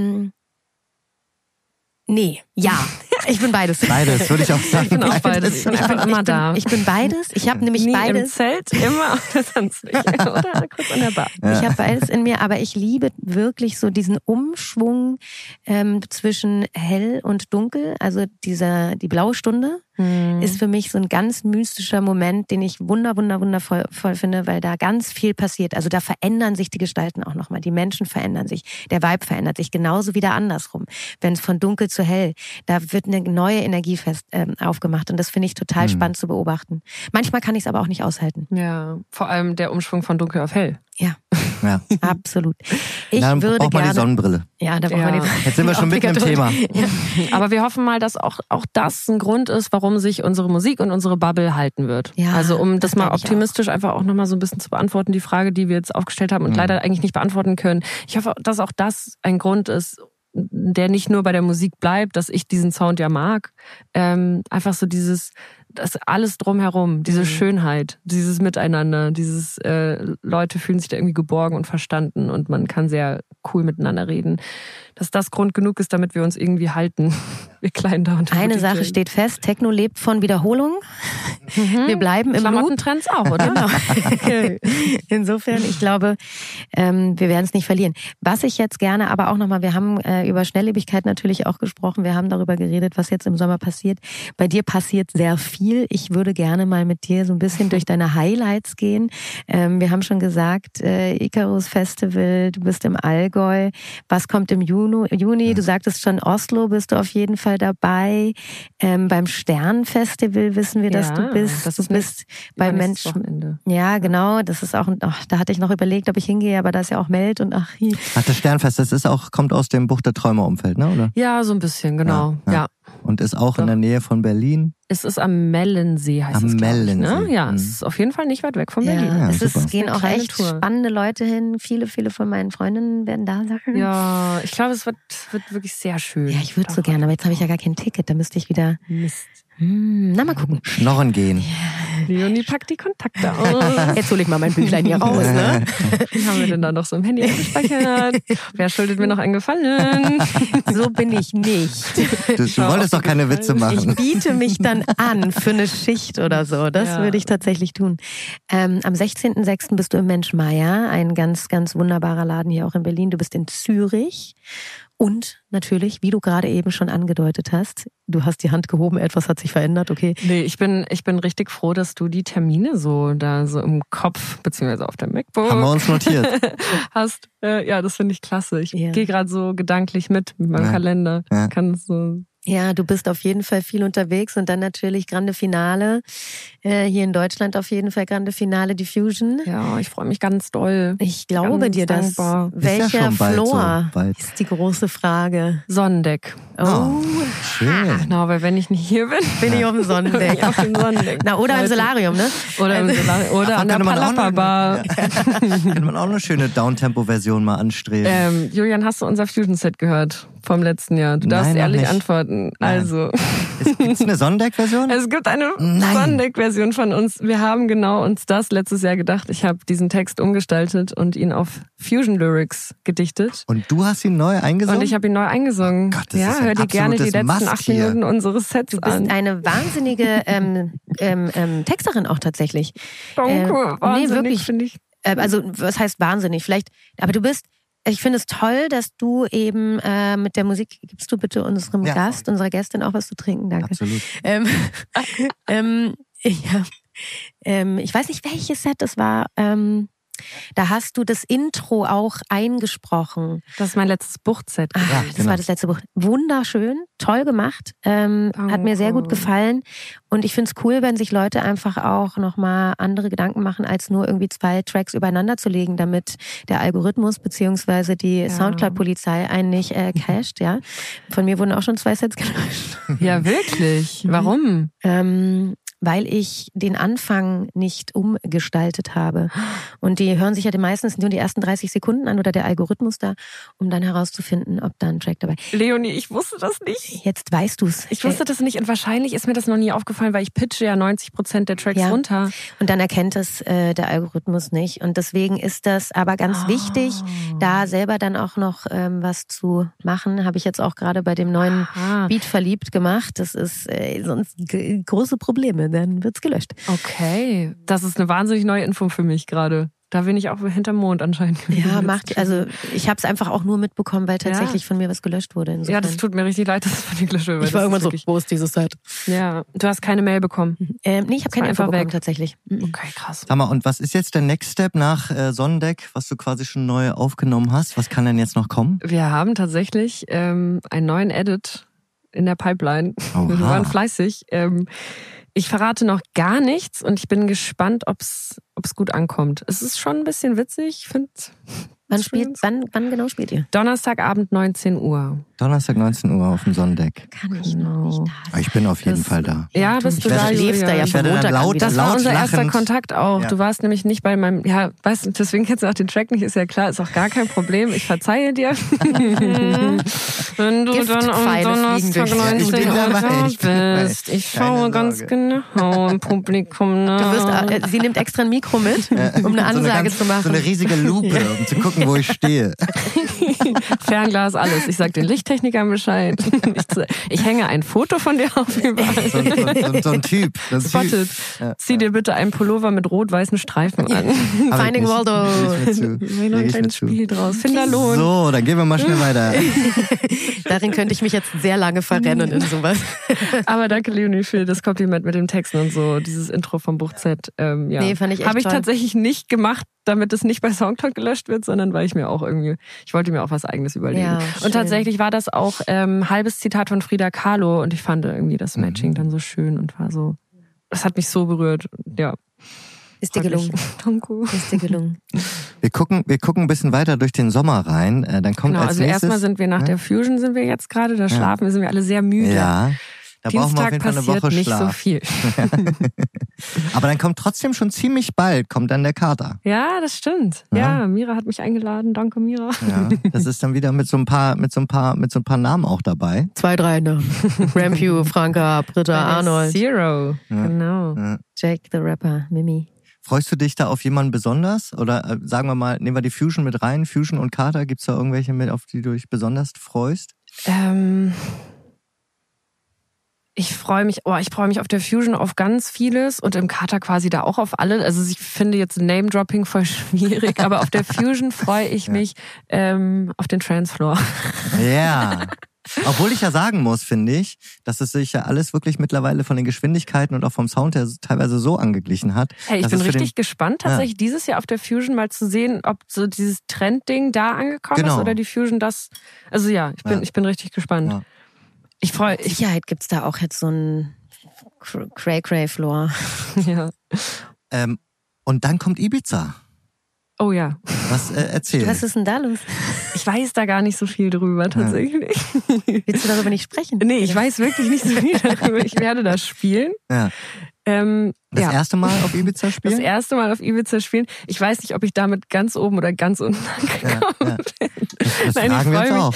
Speaker 1: Nee, ja. Ich bin beides.
Speaker 2: Beides, würde ich auch sagen.
Speaker 3: Ich bin auch beides. Ich bin immer da.
Speaker 1: Ich bin beides. Ich habe nämlich
Speaker 3: Nie
Speaker 1: beides.
Speaker 3: Im Zelt, immer auf der Tanzfläche oder kurz an der Bar.
Speaker 1: Ich habe beides in mir, aber ich liebe wirklich so diesen Umschwung zwischen hell und dunkel. Also die blaue Stunde ist für mich so ein ganz mystischer Moment, den ich wundervoll finde, weil da ganz viel passiert. Also da verändern sich die Gestalten auch nochmal. Die Menschen verändern sich. Der Vibe verändert sich genauso wieder andersrum. Wenn es von dunkel zu hell, da wird eine neue Energie aufgemacht. Und das finde ich total spannend zu beobachten. Manchmal kann ich es aber auch nicht aushalten.
Speaker 3: Ja, vor allem der Umschwung von dunkel auf hell.
Speaker 1: Ja, absolut.
Speaker 2: Dann braucht man die Sonnenbrille.
Speaker 1: Ja, da braucht man die Sonnenbrille.
Speaker 2: Jetzt sind wir schon mitten im Thema.
Speaker 3: Ja. Aber wir hoffen mal, dass auch das ein Grund ist, warum sich unsere Musik und unsere Bubble halten wird.
Speaker 1: Ja,
Speaker 3: also um das mal optimistisch einfach auch nochmal so ein bisschen zu beantworten, die Frage, die wir jetzt aufgestellt haben und leider eigentlich nicht beantworten können. Ich hoffe, dass auch das ein Grund ist, der nicht nur bei der Musik bleibt, dass ich diesen Sound ja mag. Einfach so das alles drumherum, diese Schönheit, dieses Miteinander, dieses Leute fühlen sich da irgendwie geborgen und verstanden und man kann sehr cool miteinander reden. Dass das Grund genug ist, damit wir uns irgendwie halten. Wir kleinen da unter.
Speaker 1: Eine Sache steht fest, Techno lebt von Wiederholung. Wir bleiben im
Speaker 3: Klamottentrends auch, oder?
Speaker 1: Genau. Insofern, ich glaube, wir werden es nicht verlieren. Was ich jetzt gerne, aber auch nochmal, wir haben über Schnelllebigkeit natürlich auch gesprochen. Wir haben darüber geredet, was jetzt im Sommer passiert. Bei dir passiert sehr viel. Ich würde gerne mal mit dir so ein bisschen durch deine Highlights gehen. Wir haben schon gesagt, Icarus Festival, du bist im Allgäu. Was kommt im Juni? Du sagtest schon, Oslo bist du auf jeden Fall dabei. Beim Sternfestival wissen wir, dass du bist.
Speaker 3: Das
Speaker 1: du bist bei Menschen.
Speaker 3: Wochenende.
Speaker 1: Ja, genau. Das ist auch, da hatte ich noch überlegt, ob ich hingehe, aber da ist ja auch Meld und
Speaker 2: das Sternfest, das ist kommt aus dem Bucht der Träume Umfeld, ne, oder?
Speaker 3: Ja, so ein bisschen, genau. Ja.
Speaker 2: Und ist auch in der Nähe von Berlin.
Speaker 3: Es ist am Mellensee, heißt es, glaube ich, ne? Ja, es ist auf jeden Fall nicht weit weg von Berlin.
Speaker 1: Ja, es gehen auch echt spannende Leute hin. Viele von meinen Freundinnen werden da sein.
Speaker 3: Ja, ich glaube, es wird wirklich sehr schön.
Speaker 1: Ja, ich würde so gerne, aber jetzt habe ich ja gar kein Ticket. Da müsste ich wieder...
Speaker 3: Mist.
Speaker 1: Na, mal gucken.
Speaker 2: Schnorren gehen.
Speaker 3: Leonie packt die Kontakte aus.
Speaker 1: Jetzt hole ich mal mein Büchlein hier raus, ne?
Speaker 3: Was haben wir denn da noch so im Handy gespeichert? Wer schuldet mir noch einen Gefallen?
Speaker 1: So bin ich nicht.
Speaker 2: Du wolltest doch keine Witze machen.
Speaker 1: Ich biete mich dann an für eine Schicht oder so. Das würde ich tatsächlich tun. Am 16.06. bist du im Mensch Meier, ein ganz, ganz wunderbarer Laden hier auch in Berlin. Du bist in Zürich. Und natürlich, wie du gerade eben schon angedeutet hast, du hast die Hand gehoben, etwas hat sich verändert, okay.
Speaker 3: Nee, ich bin richtig froh, dass du die Termine so da so im Kopf, beziehungsweise auf dem MacBook
Speaker 2: haben wir uns notiert.
Speaker 3: hast. Ja, das finde ich klasse. Ich gehe gerade so gedanklich mit meinem Kalender.
Speaker 2: Ja.
Speaker 3: Kann es so.
Speaker 1: Ja, du bist auf jeden Fall viel unterwegs und dann natürlich Grande Finale. Hier in Deutschland auf jeden Fall Grande Finale Diffusion.
Speaker 3: Ja, ich freue mich ganz doll.
Speaker 1: Ich glaube dir das. Welcher Floor ist die große Frage.
Speaker 3: Sonnendeck.
Speaker 2: Oh, schön.
Speaker 3: Ach, na, weil wenn ich nicht hier bin
Speaker 1: ich auf dem Sonnendeck.
Speaker 3: auf dem Sonnendeck.
Speaker 1: Na, oder im Solarium, ne?
Speaker 3: Oder im Solarium. Oder an der Palapa-Bar.
Speaker 2: Könnte man auch eine schöne Downtempo-Version mal anstreben.
Speaker 3: Julian, hast du unser Fusion-Set gehört vom letzten Jahr? Du darfst ehrlich antworten.
Speaker 2: Nein.
Speaker 3: Also.
Speaker 2: Gibt's eine Sonnendeck-Version?
Speaker 3: Es gibt eine Sonnendeck-Version von uns. Wir haben genau uns das letztes Jahr gedacht. Ich habe diesen Text umgestaltet und ihn auf Fusion Lyrics gedichtet.
Speaker 2: Und du hast ihn neu eingesungen?
Speaker 3: Und ich habe ihn neu eingesungen.
Speaker 2: Oh Gott, das ist
Speaker 3: hör dir gerne die letzten 8 Minuten unseres Sets an.
Speaker 1: Du bist eine wahnsinnige Texterin auch tatsächlich.
Speaker 3: Danke, wahnsinnig,
Speaker 1: nee, wirklich.
Speaker 3: Finde ich.
Speaker 1: Also, was heißt wahnsinnig? Vielleicht, aber du bist, ich finde es toll, dass du eben mit der Musik, gibst du bitte unserem Gast, unserer Gästin auch was zu trinken, danke.
Speaker 2: Absolut.
Speaker 1: Ich weiß nicht, welches Set das war. Da hast du das Intro auch eingesprochen.
Speaker 3: Das ist mein letztes Buchtset.
Speaker 1: Das war das letzte Buch. Wunderschön, toll gemacht, hat mir sehr gut gefallen. Und ich finde es cool, wenn sich Leute einfach auch nochmal andere Gedanken machen, als nur irgendwie 2 Tracks übereinander zu legen, damit der Algorithmus beziehungsweise die Soundcloud-Polizei einen nicht casht. Ja? Von mir wurden auch schon 2 Sets gelöscht.
Speaker 3: Ja, wirklich? Warum?
Speaker 1: Weil ich den Anfang nicht umgestaltet habe. Und die hören sich ja meistens nur die ersten 30 Sekunden an oder der Algorithmus da, um dann herauszufinden, ob da ein Track dabei ist.
Speaker 3: Leonie, ich wusste das nicht.
Speaker 1: Jetzt weißt du's.
Speaker 3: Ich wusste das nicht und wahrscheinlich ist mir das noch nie aufgefallen, weil ich pitche ja 90% der Tracks runter.
Speaker 1: Und dann erkennt es der Algorithmus nicht. Und deswegen ist das aber ganz wichtig, da selber dann auch noch was zu machen. Habe ich jetzt auch gerade bei dem neuen Beat Verliebt gemacht. Das ist sonst große Probleme. Dann wird's gelöscht.
Speaker 3: Okay, das ist eine wahnsinnig neue Info für mich gerade. Da bin ich auch hinterm Mond anscheinend gewesen.
Speaker 1: Ja, also ich habe es einfach auch nur mitbekommen, weil tatsächlich von mir was gelöscht wurde. Insofern.
Speaker 3: Ja, das tut mir richtig leid, dass es von dir gelöscht wurde.
Speaker 1: Ich war irgendwann so, wo ist dieses Set?
Speaker 3: Ja, du hast keine Mail bekommen.
Speaker 1: Nee, ich habe keine Info bekommen, tatsächlich.
Speaker 3: Okay, krass.
Speaker 2: Sag mal, und was ist jetzt der Next Step nach Sonnendeck, was du quasi schon neu aufgenommen hast? Was kann denn jetzt noch kommen?
Speaker 3: Wir haben tatsächlich einen neuen Edit in der Pipeline. Wir waren fleißig. Ich verrate noch gar nichts und ich bin gespannt, ob's gut ankommt. Es ist schon ein bisschen witzig, ich finde.
Speaker 1: Wann genau spielt ihr?
Speaker 3: Donnerstagabend 19 Uhr.
Speaker 2: Donnerstag 19 Uhr auf dem Sonnendeck.
Speaker 1: Kann ich noch nicht da sein.
Speaker 2: Ich bin auf jeden Fall da.
Speaker 3: Ja, bist du da?
Speaker 1: Du lebst da ja von Montag an.
Speaker 3: Das war unser erster
Speaker 2: lachend.
Speaker 3: Kontakt auch.
Speaker 2: Ja.
Speaker 3: Du warst nämlich nicht bei meinem, weißt du, deswegen kennst du auch den Track nicht, ist ja klar, ist auch gar kein Problem. Ich verzeihe dir. Wenn du dann am Donnerstag 19 Uhr da bist. Ich schaue ganz genau im Publikum nach.
Speaker 1: Sie nimmt extra ein Mikro mit, um eine Ansage zu machen.
Speaker 2: So eine riesige Lupe, um zu gucken, wo ich stehe.
Speaker 3: Fernglas, alles. Ich sag den Lichttechnikern Bescheid. Ich hänge ein Foto von dir auf überall.
Speaker 2: So ein Typ.
Speaker 3: Spotted. Ja. Zieh dir bitte einen Pullover mit rot-weißen Streifen an.
Speaker 1: Finding Waldo.
Speaker 3: Ich noch ein kleines Spiel draus. Finderlohn.
Speaker 2: So, dann gehen wir mal schnell weiter.
Speaker 1: Darin könnte ich mich jetzt sehr lange verrennen in sowas.
Speaker 3: Aber danke, Leonie, für das Kompliment mit dem Texten und so. Dieses Intro vom Buchzett.
Speaker 1: Nee, fand ich echt
Speaker 3: Habe ich
Speaker 1: toll.
Speaker 3: tatsächlich nicht gemacht, damit es nicht bei Soundcloud gelöscht wird, sondern weil ich wollte mir auch was Eigenes überlegen.
Speaker 1: Ja,
Speaker 3: und tatsächlich war das auch halbes Zitat von Frida Kahlo und ich fand irgendwie das Matching dann so schön und war so, das hat mich so berührt. Ja.
Speaker 1: Ist dir gelungen.
Speaker 3: Danke.
Speaker 1: Ist dir gelungen.
Speaker 2: Wir gucken ein bisschen weiter durch den Sommer rein. Dann kommt als
Speaker 3: also
Speaker 2: nächstes,
Speaker 3: erstmal sind wir nach der Fusion sind wir jetzt gerade, da sind wir alle sehr müde.
Speaker 2: Ja. Da brauchen wir auf jeden Fall eine Woche
Speaker 3: nicht
Speaker 2: Schlaf.
Speaker 3: So viel.
Speaker 2: Aber dann kommt trotzdem schon ziemlich bald, kommt dann der Kater.
Speaker 3: Ja, das stimmt. Ja, Mira hat mich eingeladen. Danke, Mira.
Speaker 2: Ja, das ist dann wieder mit so ein paar Namen auch dabei.
Speaker 1: 2, 3 Namen. Rampew, Franka, Britta, Arnold.
Speaker 3: Zero. Ja. Genau.
Speaker 2: Ja.
Speaker 1: Jake the Rapper, Mimi.
Speaker 2: Freust du dich da auf jemanden besonders? Oder sagen wir mal, nehmen wir die Fusion mit rein, Fusion und Kater. Gibt's da irgendwelche mit, auf die du dich besonders freust?
Speaker 3: Ich freue mich auf der Fusion auf ganz vieles und im Kater quasi da auch auf alle. Also ich finde jetzt Name-Dropping voll schwierig, aber auf der Fusion freue ich mich auf den Transfloor.
Speaker 2: Ja. Obwohl ich ja sagen muss, finde ich, dass es sich ja alles wirklich mittlerweile von den Geschwindigkeiten und auch vom Sound her teilweise so angeglichen hat.
Speaker 3: Hey, ich bin richtig gespannt, tatsächlich dieses Jahr auf der Fusion mal zu sehen, ob so dieses Trendding da angekommen ist oder die Fusion das. Also ja, ich bin richtig gespannt. Ja.
Speaker 1: Mit Sicherheit gibt's da auch jetzt so einen Cray-Cray-Floor.
Speaker 3: Ja.
Speaker 2: Und dann kommt Ibiza.
Speaker 3: Oh ja.
Speaker 2: Was erzähl?
Speaker 1: Was ist denn da los?
Speaker 3: Ich weiß da gar nicht so viel drüber, tatsächlich.
Speaker 1: Willst du darüber nicht sprechen?
Speaker 3: Nee, ich weiß wirklich nicht so viel darüber. Ich werde das spielen.
Speaker 2: Ja. Das erste Mal auf Ibiza spielen?
Speaker 3: Das erste Mal auf Ibiza spielen. Ich weiß nicht, ob ich damit ganz oben oder ganz unten angekommen bin.
Speaker 2: Das fragen wir uns auch.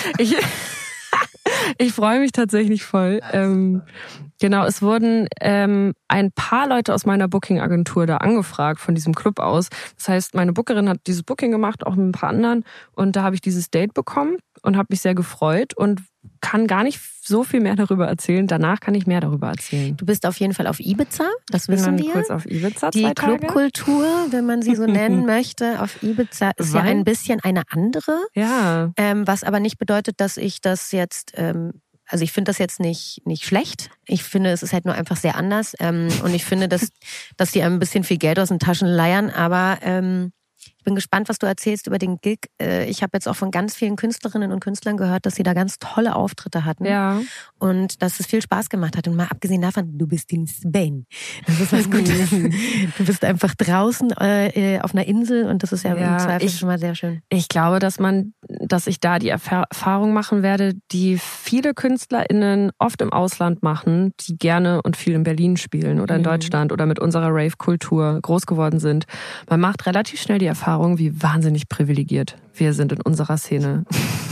Speaker 3: Ich freue mich tatsächlich voll. Genau, es wurden ein paar Leute aus meiner Booking-Agentur da angefragt von diesem Club aus. Das heißt, meine Bookerin hat dieses Booking gemacht, auch mit ein paar anderen. Und da habe ich dieses Date bekommen und habe mich sehr gefreut und kann gar nicht so viel mehr darüber erzählen. Danach kann ich mehr darüber erzählen.
Speaker 1: Du bist auf jeden Fall auf Ibiza, das wissen wir.
Speaker 3: Kurz auf Ibiza,
Speaker 1: die Clubkultur, wenn man sie so nennen möchte, auf Ibiza ist ja ein bisschen eine andere.
Speaker 3: Ja.
Speaker 1: Was aber nicht bedeutet, dass ich das jetzt... Also ich finde das jetzt nicht schlecht. Ich finde, es ist halt nur einfach sehr anders. Und ich finde, dass die ein bisschen viel Geld aus den Taschen leiern. Aber ich bin gespannt, was du erzählst über den Gig. Ich habe jetzt auch von ganz vielen Künstlerinnen und Künstlern gehört, dass sie da ganz tolle Auftritte hatten.
Speaker 3: Ja.
Speaker 1: Und dass es viel Spaß gemacht hat. Und mal abgesehen davon, du bist in Spain. Das ist was Gutes. Du bist einfach draußen auf einer Insel und das ist ja im Zweifel schon mal sehr schön.
Speaker 3: Ich glaube, dass ich da die Erfahrung machen werde, die viele KünstlerInnen oft im Ausland machen, die gerne und viel in Berlin spielen oder in Deutschland oder mit unserer Rave-Kultur groß geworden sind. Man macht relativ schnell die Erfahrung, wie wahnsinnig privilegiert wir sind in unserer Szene.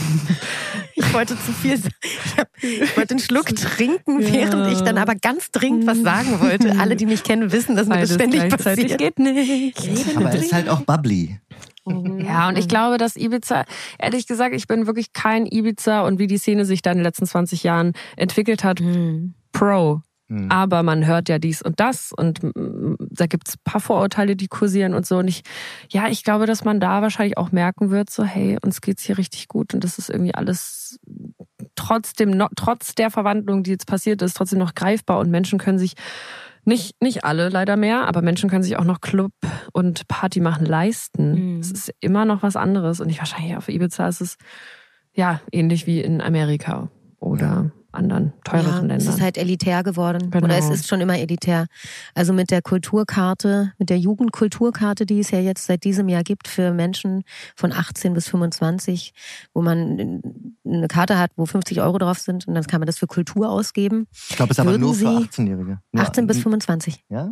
Speaker 1: Ich wollte zu viel sagen. Ich wollte einen Schluck trinken, während ich dann aber ganz dringend was sagen wollte. Alle, die mich kennen, wissen, dass mir das ständig passiert.
Speaker 3: Geht nicht.
Speaker 2: Aber es ist halt auch bubbly.
Speaker 3: Ja, und ich glaube, dass Ibiza, ehrlich gesagt, ich bin wirklich kein Ibiza und wie die Szene sich da in den letzten 20 Jahren entwickelt hat, Pro. Aber man hört ja dies und das und da gibt's ein paar Vorurteile, die kursieren und so. Und ich glaube, dass man da wahrscheinlich auch merken wird, so hey, uns geht's hier richtig gut und das ist irgendwie alles trotz der Verwandlung, die jetzt passiert ist, trotzdem noch greifbar und Menschen können sich nicht alle leider mehr, aber Menschen können sich auch noch Club und Party machen leisten. Es ist immer noch was anderes und wahrscheinlich auf Ibiza ist es ja ähnlich wie in Amerika oder anderen teureren Ländern.
Speaker 1: Es ist halt elitär geworden.
Speaker 3: Genau.
Speaker 1: Oder es ist schon immer elitär. Also mit der Kulturkarte, mit der Jugendkulturkarte, die es ja jetzt seit diesem Jahr gibt für Menschen von 18 bis 25, wo man eine Karte hat, wo 50 € drauf sind und dann kann man das für Kultur ausgeben.
Speaker 2: Ich glaube, es ist aber nur für 18-Jährige.
Speaker 1: 18 bis 25.
Speaker 2: Ja?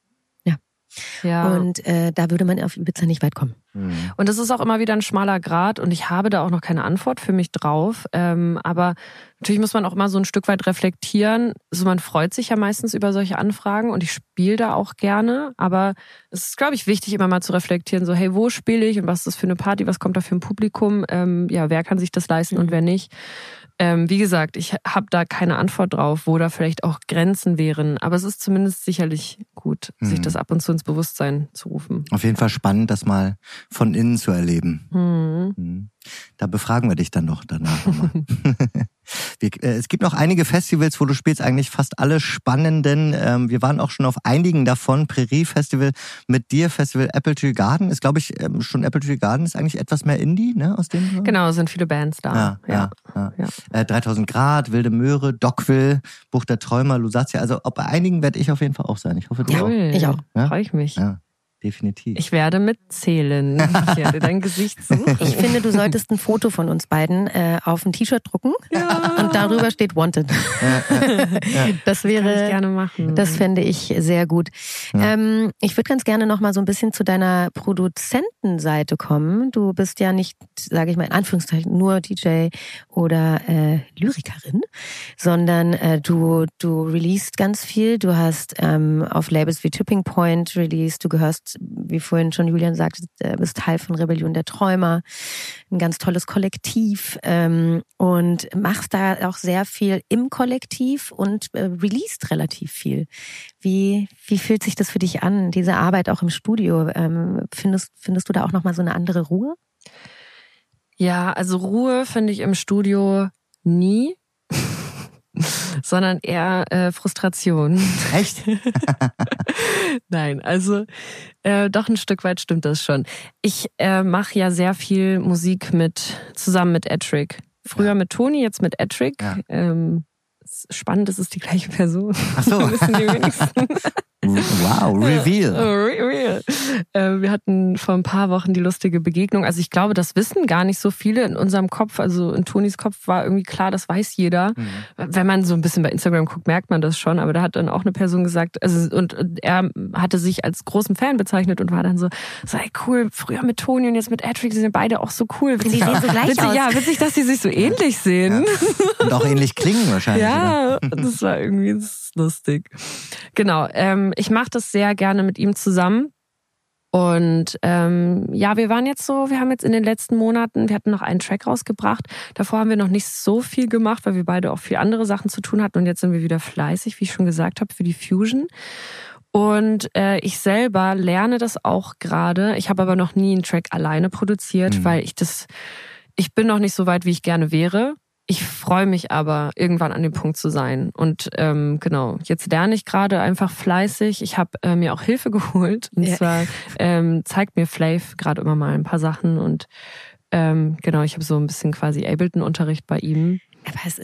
Speaker 3: Ja.
Speaker 1: Und da würde man auf Ibiza nicht weit kommen.
Speaker 3: Und das ist auch immer wieder ein schmaler Grat und ich habe da auch noch keine Antwort für mich drauf. Aber natürlich muss man auch immer so ein Stück weit reflektieren. Also man freut sich ja meistens über solche Anfragen und ich spiele da auch gerne. Aber es ist, glaube ich, wichtig, immer mal zu reflektieren, so hey, wo spiele ich und was ist das für eine Party, was kommt da für ein Publikum? Wer kann sich das leisten und wer nicht? Wie gesagt, ich habe da keine Antwort drauf, wo da vielleicht auch Grenzen wären. Aber es ist zumindest sicherlich gut, sich das ab und zu ins Bewusstsein zu rufen.
Speaker 2: Auf jeden Fall spannend, das mal von innen zu erleben. Da befragen wir dich dann noch danach nochmal. Es gibt noch einige Festivals, wo du spielst, eigentlich fast alle spannenden. Wir waren auch schon auf einigen davon. Prärie Festival mit dir, Festival Apple Tree Garden. Ist, glaube ich, schon Apple Tree Garden ist eigentlich etwas mehr Indie, ne? Aus dem.
Speaker 3: Genau, sind viele Bands da.
Speaker 2: Ja. 3000 Grad, Wilde Möhre, Dockville, Bucht der Träumer, Lusatia. Also bei einigen werde ich auf jeden Fall auch sein. Ich hoffe, du auch.
Speaker 3: Ich auch.
Speaker 1: Ja?
Speaker 3: Freue ich mich.
Speaker 2: Ja. definitiv.
Speaker 3: Ich werde mitzählen. Ich werde dein Gesicht suchen.
Speaker 1: Ich finde, du solltest ein Foto von uns beiden auf ein T-Shirt drucken und darüber steht Wanted. Das wäre,
Speaker 3: kann ich gerne machen.
Speaker 1: Das fände ich sehr gut.
Speaker 2: Ja.
Speaker 1: Ich würde ganz gerne noch mal so ein bisschen zu deiner Produzentenseite kommen. Du bist ja nicht, sage ich mal in Anführungszeichen, nur DJ oder Lyrikerin, sondern du released ganz viel. Du hast auf Labels wie Tipping Point released. Du gehörst, wie vorhin schon Julian sagte, bist Teil von Rebellion der Träumer. Ein ganz tolles Kollektiv und machst da auch sehr viel im Kollektiv und released relativ viel. Wie fühlt sich das für dich an, diese Arbeit auch im Studio? Findest du da auch nochmal so eine andere Ruhe?
Speaker 3: Ja, also Ruhe finde ich im Studio nie, sondern eher Frustration.
Speaker 2: Echt?
Speaker 3: Nein, also doch ein Stück weit stimmt das schon. Ich mache ja sehr viel Musik zusammen mit Edric. Früher mit Toni, jetzt mit Edric.
Speaker 2: Ja.
Speaker 3: Spannend, es ist die gleiche Person.
Speaker 2: Ach so.
Speaker 3: Wissen die wenigsten.
Speaker 2: Wow, Reveal.
Speaker 3: Reveal. Wir hatten vor ein paar Wochen die lustige Begegnung. Also ich glaube, das wissen gar nicht so viele in unserem Kopf. Also in Tonis Kopf war irgendwie klar, das weiß jeder. Mhm. Wenn man so ein bisschen bei Instagram guckt, merkt man das schon. Aber da hat dann auch eine Person gesagt, und er hatte sich als großen Fan bezeichnet und war dann so ey, cool, früher mit Toni und jetzt mit Edric, die sind beide auch so cool.
Speaker 1: Die sehen so gleich aus.
Speaker 3: Ja, witzig, dass die sich so ähnlich sehen.
Speaker 2: Ja. Und auch ähnlich klingen wahrscheinlich.
Speaker 3: Ja, das war irgendwie lustig. Genau, ich mache das sehr gerne mit ihm zusammen. Und wir haben jetzt in den letzten Monaten, wir hatten noch einen Track rausgebracht. Davor haben wir noch nicht so viel gemacht, weil wir beide auch viel andere Sachen zu tun hatten. Und jetzt sind wir wieder fleißig, wie ich schon gesagt habe, für die Fusion. Und ich selber lerne das auch gerade. Ich habe aber noch nie einen Track alleine produziert, weil ich bin noch nicht so weit, wie ich gerne wäre. Ich freue mich aber, irgendwann an dem Punkt zu sein. Und genau, jetzt lerne ich gerade einfach fleißig. Ich habe mir auch Hilfe geholt. Und zwar zeigt mir Flav gerade immer mal ein paar Sachen. Und genau, ich habe so ein bisschen quasi Ableton-Unterricht bei ihm.
Speaker 1: Aber es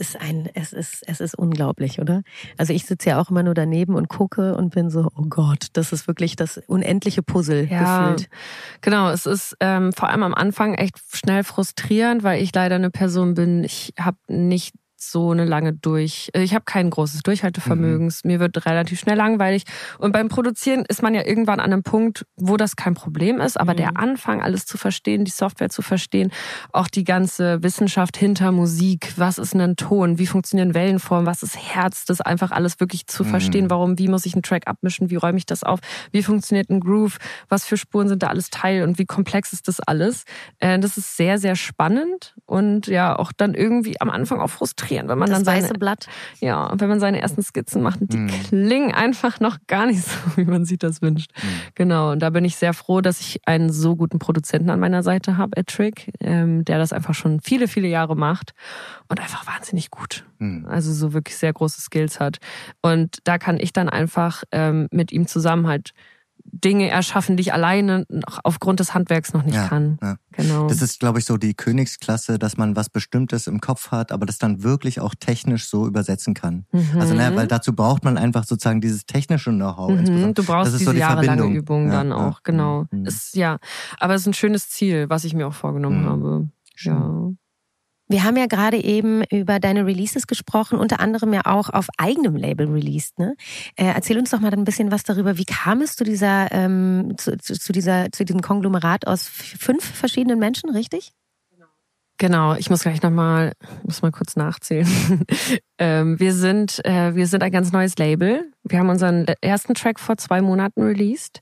Speaker 1: ist unglaublich, oder? Also ich sitze ja auch immer nur daneben und gucke und bin so, oh Gott, das ist wirklich das unendliche Puzzle gefühlt.
Speaker 3: Genau, es ist vor allem am Anfang echt schnell frustrierend, weil ich leider eine Person bin, ich habe nicht so eine lange ich habe kein großes Durchhaltevermögen, mir wird relativ schnell langweilig und beim Produzieren ist man ja irgendwann an einem Punkt, wo das kein Problem ist, aber der Anfang, alles zu verstehen, die Software zu verstehen, auch die ganze Wissenschaft hinter Musik, was ist ein Ton, wie funktionieren Wellenformen, was ist Herz, das einfach alles wirklich zu verstehen, wie muss ich einen Track abmischen, wie räume ich das auf, wie funktioniert ein Groove, was für Spuren sind da alles Teil und wie komplex ist das alles. Das ist sehr, sehr spannend und ja, auch dann irgendwie am Anfang auch frustrierend, wenn man
Speaker 1: das
Speaker 3: dann
Speaker 1: weiße Blatt.
Speaker 3: Ja, wenn man seine ersten Skizzen macht und die klingen einfach noch gar nicht so, wie man sich das wünscht. Genau, und da bin ich sehr froh, dass ich einen so guten Produzenten an meiner Seite habe, Edric, der das einfach schon viele, viele Jahre macht und einfach wahnsinnig gut. Also so wirklich sehr große Skills hat. Und da kann ich dann einfach mit ihm zusammen halt Dinge erschaffen, die ich alleine aufgrund des Handwerks noch nicht kann. Ja. Genau.
Speaker 2: Das ist, glaube ich, so die Königsklasse, dass man was Bestimmtes im Kopf hat, aber das dann wirklich auch technisch so übersetzen kann. Also, weil dazu braucht man einfach sozusagen dieses technische Know-how.
Speaker 3: Du brauchst diese jahrelange Übung dann auch, genau. Aber es ist ein schönes Ziel, was ich mir auch vorgenommen habe.
Speaker 2: Schön.
Speaker 3: Ja.
Speaker 1: Wir haben ja gerade eben über deine Releases gesprochen, unter anderem ja auch auf eigenem Label released. Ne? Erzähl uns doch mal ein bisschen was darüber. Wie kam es zu diesem Konglomerat aus 5 verschiedenen Menschen, richtig?
Speaker 3: Genau, ich muss mal kurz nachzählen. Wir sind ein ganz neues Label. Wir haben unseren ersten Track vor 2 Monaten released.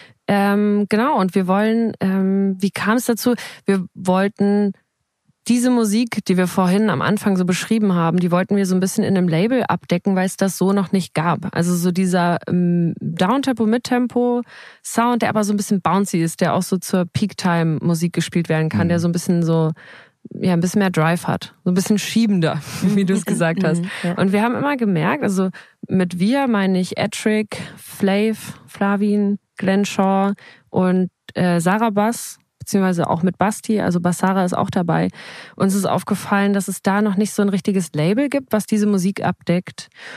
Speaker 3: Genau, und wir wollen, wie kam es dazu? Wir wollten diese Musik, die wir vorhin am Anfang so beschrieben haben, die wollten wir so ein bisschen in einem Label abdecken, weil es das so noch nicht gab. Also so dieser Downtempo, Midtempo Sound, der aber so ein bisschen bouncy ist, der auch so zur Peak-Time Musik gespielt werden kann, der so ein bisschen ein bisschen mehr Drive hat. So ein bisschen schiebender, wie du es gesagt hast. Und wir haben immer gemerkt, also mit wir meine ich Edric, Flav, Flavin, Glenn Shaw und Sarah Bass, beziehungsweise auch mit Basti, also Bassara ist auch dabei. Uns ist aufgefallen, dass es da noch nicht so ein richtiges Label gibt, was diese Musik abdeckt.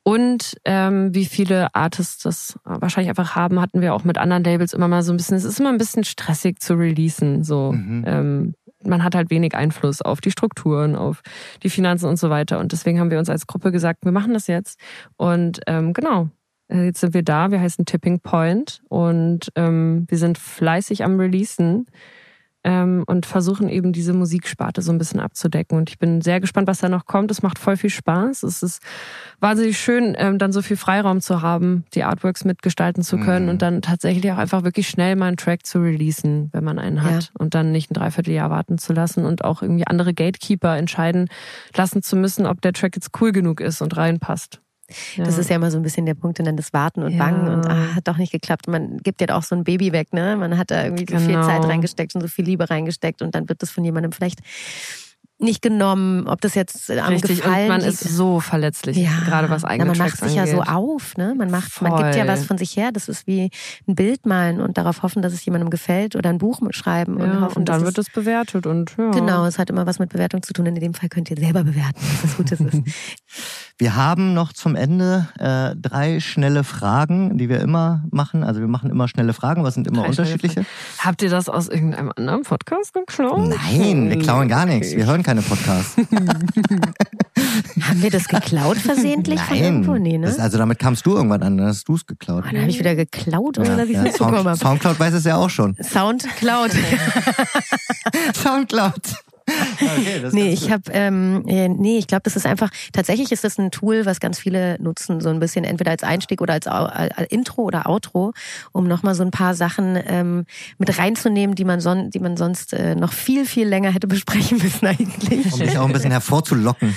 Speaker 3: Und wie viele Artists das wahrscheinlich einfach haben, hatten wir auch mit anderen Labels immer mal so ein bisschen, es ist immer ein bisschen stressig zu releasen. So. Man hat halt wenig Einfluss auf die Strukturen, auf die Finanzen und so weiter. Und deswegen haben wir uns als Gruppe gesagt, wir machen das jetzt. Und genau, jetzt sind wir da, wir heißen Tipping Point und wir sind fleißig am Releasen. Und versuchen eben diese Musiksparte so ein bisschen abzudecken. Und ich bin sehr gespannt, was da noch kommt. Es macht voll viel Spaß. Es ist wahnsinnig schön, dann so viel Freiraum zu haben, die Artworks mitgestalten zu können und dann tatsächlich auch einfach wirklich schnell mal einen Track zu releasen, wenn man einen hat. Und dann nicht ein Dreivierteljahr warten zu lassen und auch irgendwie andere Gatekeeper entscheiden lassen zu müssen, ob der Track jetzt cool genug ist und reinpasst. Ja.
Speaker 1: Das ist ja immer so ein bisschen der Punkt, und dann das Warten und Bangen und hat doch nicht geklappt. Man gibt ja auch so ein Baby weg, ne? Man hat da irgendwie so viel Zeit reingesteckt und so viel Liebe reingesteckt und dann wird das von jemandem vielleicht nicht genommen, ob das jetzt am
Speaker 3: Richtig,
Speaker 1: Gefallen
Speaker 3: und man ist so verletzlich, gerade was eigene
Speaker 1: man
Speaker 3: Tracks
Speaker 1: macht sich
Speaker 3: angeht.
Speaker 1: ja so auf, ne? Man gibt ja was von sich her. Das ist wie ein Bild malen und darauf hoffen, dass es jemandem gefällt, oder ein Buch schreiben und hoffen,
Speaker 3: und dann wird es bewertet und
Speaker 1: Genau, es hat immer was mit Bewertung zu tun. In dem Fall könnt ihr selber bewerten, was Gutes ist.
Speaker 2: Wir haben noch zum Ende 3 schnelle Fragen, die wir immer machen. Also wir machen immer schnelle Fragen, was sind immer unterschiedliche.
Speaker 3: Habt ihr das aus irgendeinem anderen Podcast geklaut?
Speaker 2: Nein, wir klauen gar nichts. Wir hören keine Podcasts.
Speaker 1: Haben wir das geklaut versehentlich von irgendwo? Nee, ne?
Speaker 2: Also damit kamst du irgendwann an, dann hast du es geklaut.
Speaker 1: Dann habe ich wieder geklaut, oder dass ich es bekommen habe.
Speaker 2: Soundcloud weiß es ja auch schon.
Speaker 1: Soundcloud.
Speaker 2: Soundcloud. Okay, das
Speaker 1: ich glaube, das ist einfach, tatsächlich ist das ein Tool, was ganz viele nutzen, so ein bisschen entweder als Einstieg oder als Intro oder Outro, um nochmal so ein paar Sachen mit reinzunehmen, die man sonst noch viel, viel länger hätte besprechen müssen eigentlich.
Speaker 2: Um dich auch ein bisschen hervorzulocken.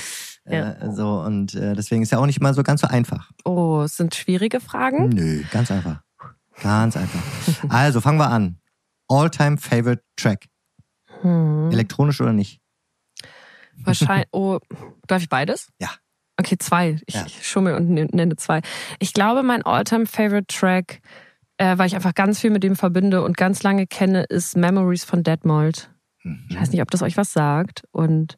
Speaker 2: Und deswegen ist ja auch nicht mal so ganz so einfach.
Speaker 3: Oh, es sind schwierige Fragen?
Speaker 2: Nö, ganz einfach. Ganz einfach. Also, fangen wir an. All-time favorite track. Elektronisch oder nicht?
Speaker 3: Wahrscheinlich. Oh, darf ich beides?
Speaker 2: Ja.
Speaker 3: Okay, 2. Ich schummel und nenne 2. Ich glaube, mein all-time favorite Track, weil ich einfach ganz viel mit dem verbinde und ganz lange kenne, ist Memories von Deadmold. Ich weiß nicht, ob das euch was sagt. Und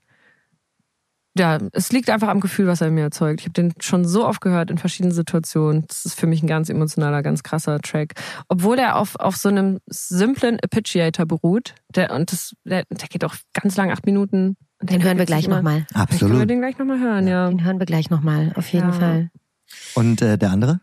Speaker 3: ja, es liegt einfach am Gefühl, was er mir erzeugt. Ich habe den schon so oft gehört in verschiedenen Situationen. Das ist für mich ein ganz emotionaler, ganz krasser Track. Obwohl er auf so einem simplen Arpeggiator beruht. Der geht auch ganz lang, 8 Minuten.
Speaker 1: Den hören wir gleich nochmal.
Speaker 2: Absolut.
Speaker 3: Können wir den gleich nochmal hören, ja.
Speaker 1: Den hören wir gleich nochmal, auf jeden Fall.
Speaker 2: Und der andere?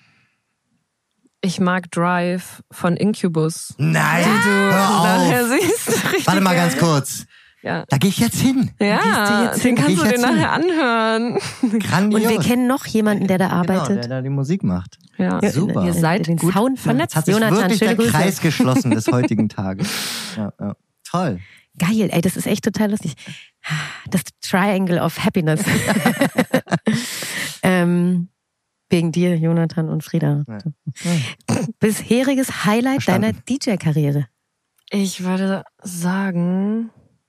Speaker 3: Ich mag Drive von Incubus.
Speaker 2: Nein!
Speaker 3: Die du nachher siehst.
Speaker 2: Warte mal ganz kurz.
Speaker 3: Ja.
Speaker 2: Da gehe ich jetzt hin.
Speaker 3: Ja, den kannst du dir nachher anhören.
Speaker 2: Grandios.
Speaker 1: Und wir kennen noch jemanden, der da arbeitet.
Speaker 2: Genau, der da die Musik macht.
Speaker 3: Ja,
Speaker 2: super.
Speaker 3: Ihr seid
Speaker 1: den
Speaker 3: gut
Speaker 1: Sound
Speaker 3: vernetzt.
Speaker 2: Hat sich
Speaker 1: Jonathan,
Speaker 2: wirklich
Speaker 1: schöne
Speaker 2: der
Speaker 1: Grüße.
Speaker 2: Kreis geschlossen des heutigen Tages. Ja. Toll.
Speaker 1: Geil, ey, das ist echt total lustig. Das Triangle of Happiness. Wegen dir, Jonathan und Frieda. Ja. Bisheriges Highlight deiner DJ-Karriere?
Speaker 3: Ich würde sagen,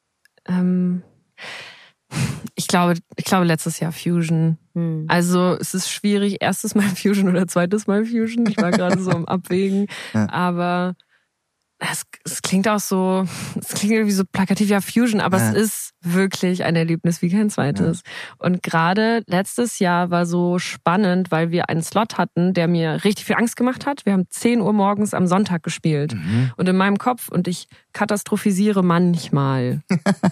Speaker 3: ich glaube letztes Jahr Fusion. Also es ist schwierig, erstes Mal Fusion oder zweites Mal Fusion. Ich war gerade so am Abwägen. Aber es klingt auch so, es klingt irgendwie so plakativ, ja Fusion, aber es ist wirklich ein Erlebnis wie kein zweites. Und gerade letztes Jahr war so spannend, weil wir einen Slot hatten, der mir richtig viel Angst gemacht hat. Wir haben 10 Uhr morgens am Sonntag gespielt. Und in meinem Kopf, und ich katastrophisiere manchmal,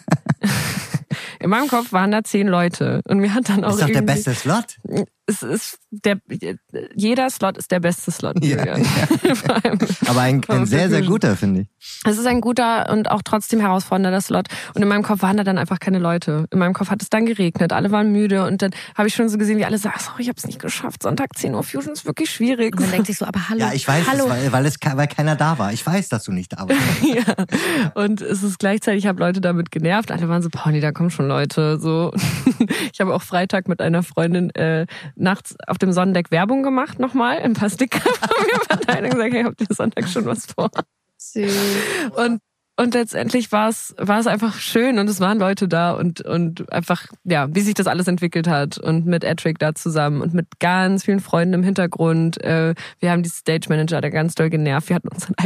Speaker 3: in meinem Kopf waren da 10 Leute. Und mir hat dann auch
Speaker 2: ist doch der beste Slot.
Speaker 3: Jeder Slot ist der beste Slot.
Speaker 2: Ja. Aber ein sehr, sehr guter, finde ich.
Speaker 3: Es ist ein guter und auch trotzdem herausfordernder Slot. Und in meinem Kopf waren da dann einfach keine Leute. In meinem Kopf hat es dann geregnet, alle waren müde. Und dann habe ich schon so gesehen, wie alle sagen, sorry, ich habe es nicht geschafft. Sonntag 10 Uhr Fusion ist wirklich schwierig.
Speaker 1: Und man denkt sich so, aber hallo.
Speaker 2: Ja, ich weiß,
Speaker 1: hallo.
Speaker 2: weil keiner da war. Ich weiß, dass du nicht da warst.
Speaker 3: Ja. Und es ist gleichzeitig, ich habe Leute damit genervt. Alle waren so, Pauli, da kommen schon Leute. So. Ich habe auch Freitag mit einer Freundin nachts auf dem Sonnendeck Werbung gemacht nochmal. Ein paar Sticker von mir verteilt und gesagt, hey, habt ihr Sonntag schon was vor?
Speaker 1: Süß.
Speaker 3: Und letztendlich war es einfach schön und es waren Leute da und einfach, ja, wie sich das alles entwickelt hat und mit Edric da zusammen und mit ganz vielen Freunden im Hintergrund. Wir haben die Stage Manager da ganz doll genervt. Wir hatten unseren eigenen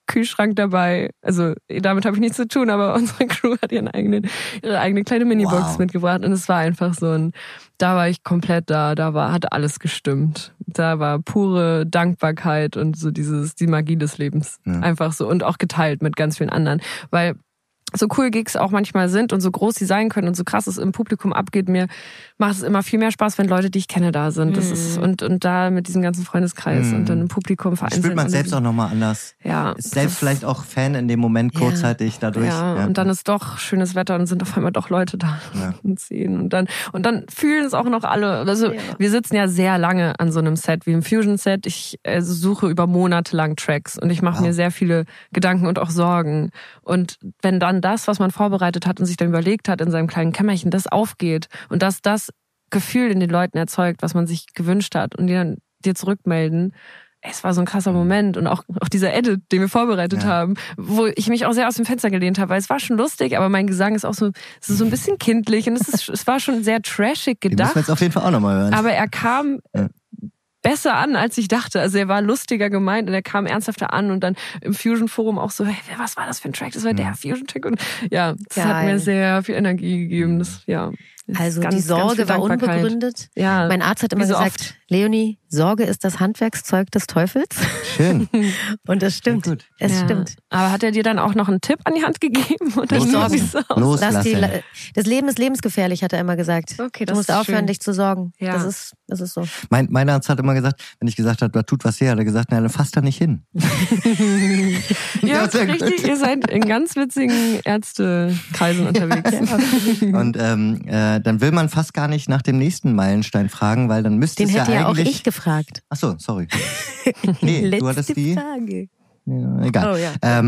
Speaker 3: Kühlschrank dabei. Also damit habe ich nichts zu tun, aber unsere Crew hat ihre eigene kleine Minibox mitgebracht und es war einfach so da war ich komplett hatte alles gestimmt. Da war pure Dankbarkeit und so die Magie des Lebens. Ja. Einfach so und auch geteilt mit ganz vielen anderen, weil so cool Gigs auch manchmal sind und so groß sie sein können und so krass es im Publikum abgeht, mir macht es immer viel mehr Spaß, wenn Leute, die ich kenne, da sind. Das ist und da mit diesem ganzen Freundeskreis und dann im Publikum vereinzelt.
Speaker 2: Spürt man selbst auch nochmal anders.
Speaker 3: Ja.
Speaker 2: Ist selbst vielleicht auch Fan in dem Moment kurzzeitig dadurch.
Speaker 3: Ja, und dann ist doch schönes Wetter und sind auf einmal doch Leute da und sehen. Und dann fühlen es auch noch alle. Also wir sitzen ja sehr lange an so einem Set, wie im Fusion-Set. Ich suche über Monate lang Tracks und ich mache mir sehr viele Gedanken und auch Sorgen. Und wenn dann das, was man vorbereitet hat und sich dann überlegt hat in seinem kleinen Kämmerchen, das aufgeht und dass das Gefühl in den Leuten erzeugt, was man sich gewünscht hat und die dann dir zurückmelden, es war so ein krasser Moment und auch dieser Edit, den wir vorbereitet haben, wo ich mich auch sehr aus dem Fenster gelehnt habe, weil es war schon lustig, aber mein Gesang ist auch so ein bisschen kindlich und es war schon sehr trashig gedacht.
Speaker 2: Den müssen wir jetzt auf jeden Fall auch nochmal hören.
Speaker 3: Aber er kam besser an, als ich dachte. Also er war lustiger gemeint und er kam ernsthafter an und dann im Fusion-Forum auch so, hey, was war das für ein Track? Das war der Fusion-Track und das hat mir sehr viel Energie gegeben.
Speaker 1: Also die Sorge war unbegründet.
Speaker 3: Ja,
Speaker 1: mein Arzt hat immer gesagt, Leonie, Sorge ist das Handwerkszeug des Teufels.
Speaker 2: Schön.
Speaker 1: Und das stimmt.
Speaker 2: Gut.
Speaker 1: Es stimmt.
Speaker 3: Aber hat er dir dann auch noch einen Tipp an die Hand gegeben? Oder
Speaker 2: Loslassen.
Speaker 1: Das Leben ist lebensgefährlich, hat er immer gesagt.
Speaker 3: Okay,
Speaker 1: du musst aufhören, dich zu sorgen.
Speaker 3: Ja.
Speaker 1: Das ist so.
Speaker 2: Mein Arzt hat immer gesagt, wenn ich gesagt habe, da tut was weh, hat er gesagt, na, dann fasst da nicht hin.
Speaker 3: Ja, richtig, ihr seid in ganz witzigen Ärztekreisen unterwegs.
Speaker 2: Und dann will man fast gar nicht nach dem nächsten Meilenstein fragen, weil dann müsste es ja eigentlich...
Speaker 1: Den hätte ja auch ich gefragt.
Speaker 2: Ach so, sorry. Nee, du hattest die...
Speaker 1: Frage.
Speaker 2: Ja, egal.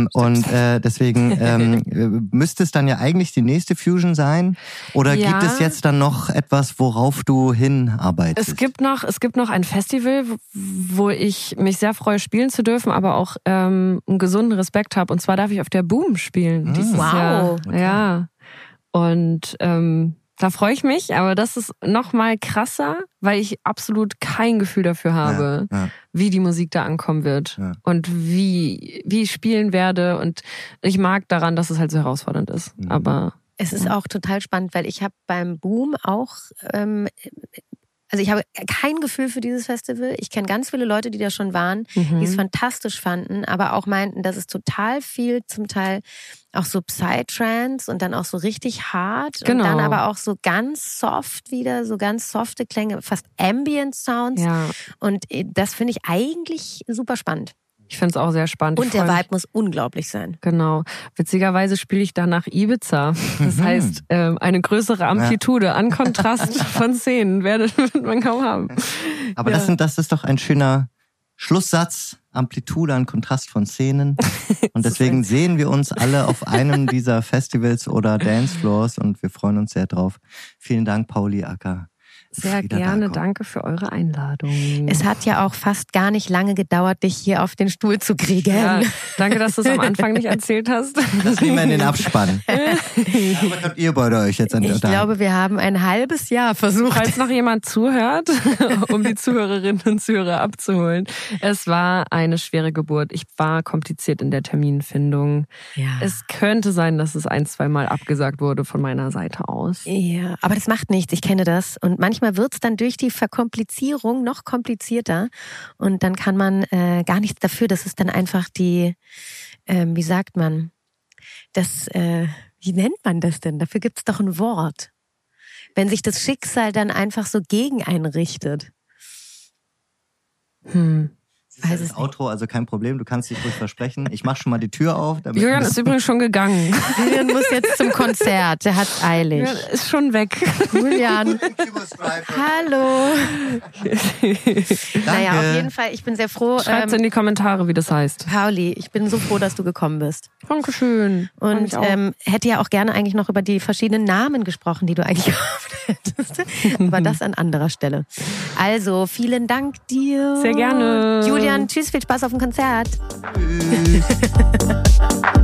Speaker 2: Deswegen müsste es dann ja eigentlich die nächste Fusion sein. Oder gibt es jetzt dann noch etwas, worauf du hinarbeitest?
Speaker 3: Es gibt noch ein Festival, wo ich mich sehr freue, spielen zu dürfen, aber auch einen gesunden Respekt habe. Und zwar darf ich auf der Boom spielen dieses Jahr.
Speaker 2: Okay.
Speaker 3: Ja. Und da freue ich mich, aber das ist noch mal krasser, weil ich absolut kein Gefühl dafür habe, wie die Musik da ankommen wird und wie ich spielen werde. Und ich mag daran, dass es halt so herausfordernd ist. Aber
Speaker 1: es ist auch total spannend, weil ich habe beim Boom auch also ich habe kein Gefühl für dieses Festival. Ich kenne ganz viele Leute, die da schon waren, die es fantastisch fanden, aber auch meinten, dass es total viel, zum Teil auch so Psytrance und dann auch so richtig hart und dann aber auch so ganz soft wieder, so ganz softe Klänge, fast Ambient Sounds.
Speaker 3: Ja.
Speaker 1: Und das finde ich eigentlich super spannend.
Speaker 3: Ich finde es auch sehr spannend.
Speaker 1: Und der Vibe muss unglaublich sein.
Speaker 3: Genau. Witzigerweise spiele ich danach Ibiza. Das heißt, eine größere Amplitude an Kontrast von Szenen wird man kaum haben.
Speaker 2: Aber das ist doch ein schöner Schlusssatz. Amplitude an Kontrast von Szenen. Und deswegen sehen wir uns alle auf einem dieser Festivals oder Dancefloors und wir freuen uns sehr drauf. Vielen Dank, Pauli Acker.
Speaker 3: Sehr gerne, danke für eure Einladung.
Speaker 1: Es hat ja auch fast gar nicht lange gedauert, dich hier auf den Stuhl zu kriegen.
Speaker 3: Ja, danke, dass du es am Anfang nicht erzählt hast.
Speaker 2: Das nehmen wir in den Abspann. Was habt ihr beide euch jetzt an der
Speaker 1: Ich glaube, wir haben ein halbes Jahr versucht.
Speaker 3: Falls noch jemand zuhört, um die Zuhörerinnen und Zuhörer abzuholen. Es war eine schwere Geburt. Ich war kompliziert in der Terminfindung.
Speaker 1: Ja.
Speaker 3: Es könnte sein, dass es 1-2 Mal abgesagt wurde von meiner Seite aus.
Speaker 1: Ja, aber das macht nichts. Ich kenne das. Und manchmal wird es dann durch die Verkomplizierung noch komplizierter und dann kann man gar nichts dafür. Das ist dann einfach die, wie sagt man, wie nennt man das denn? Dafür gibt es doch ein Wort. Wenn sich das Schicksal dann einfach so gegen einen richtet.
Speaker 2: Das ist das Outro, also kein Problem, du kannst dich ruhig versprechen. Ich mach schon mal die Tür auf.
Speaker 3: Julian ist übrigens schon gegangen.
Speaker 1: Julian muss jetzt zum Konzert, der hat's eilig.
Speaker 3: Julian ist schon weg.
Speaker 1: Julian, hallo. Naja, auf jeden Fall, ich bin sehr froh.
Speaker 3: Schreibt's in die Kommentare, wie das heißt.
Speaker 1: Pauli, ich bin so froh, dass du gekommen bist.
Speaker 3: Dankeschön.
Speaker 1: Und hätte ja auch gerne eigentlich noch über die verschiedenen Namen gesprochen, die du eigentlich gehofft hättest. Aber das an anderer Stelle. Also, vielen Dank dir.
Speaker 3: Sehr gerne.
Speaker 1: Julian, tschüss, viel Spaß auf dem Konzert.
Speaker 2: Tschüss.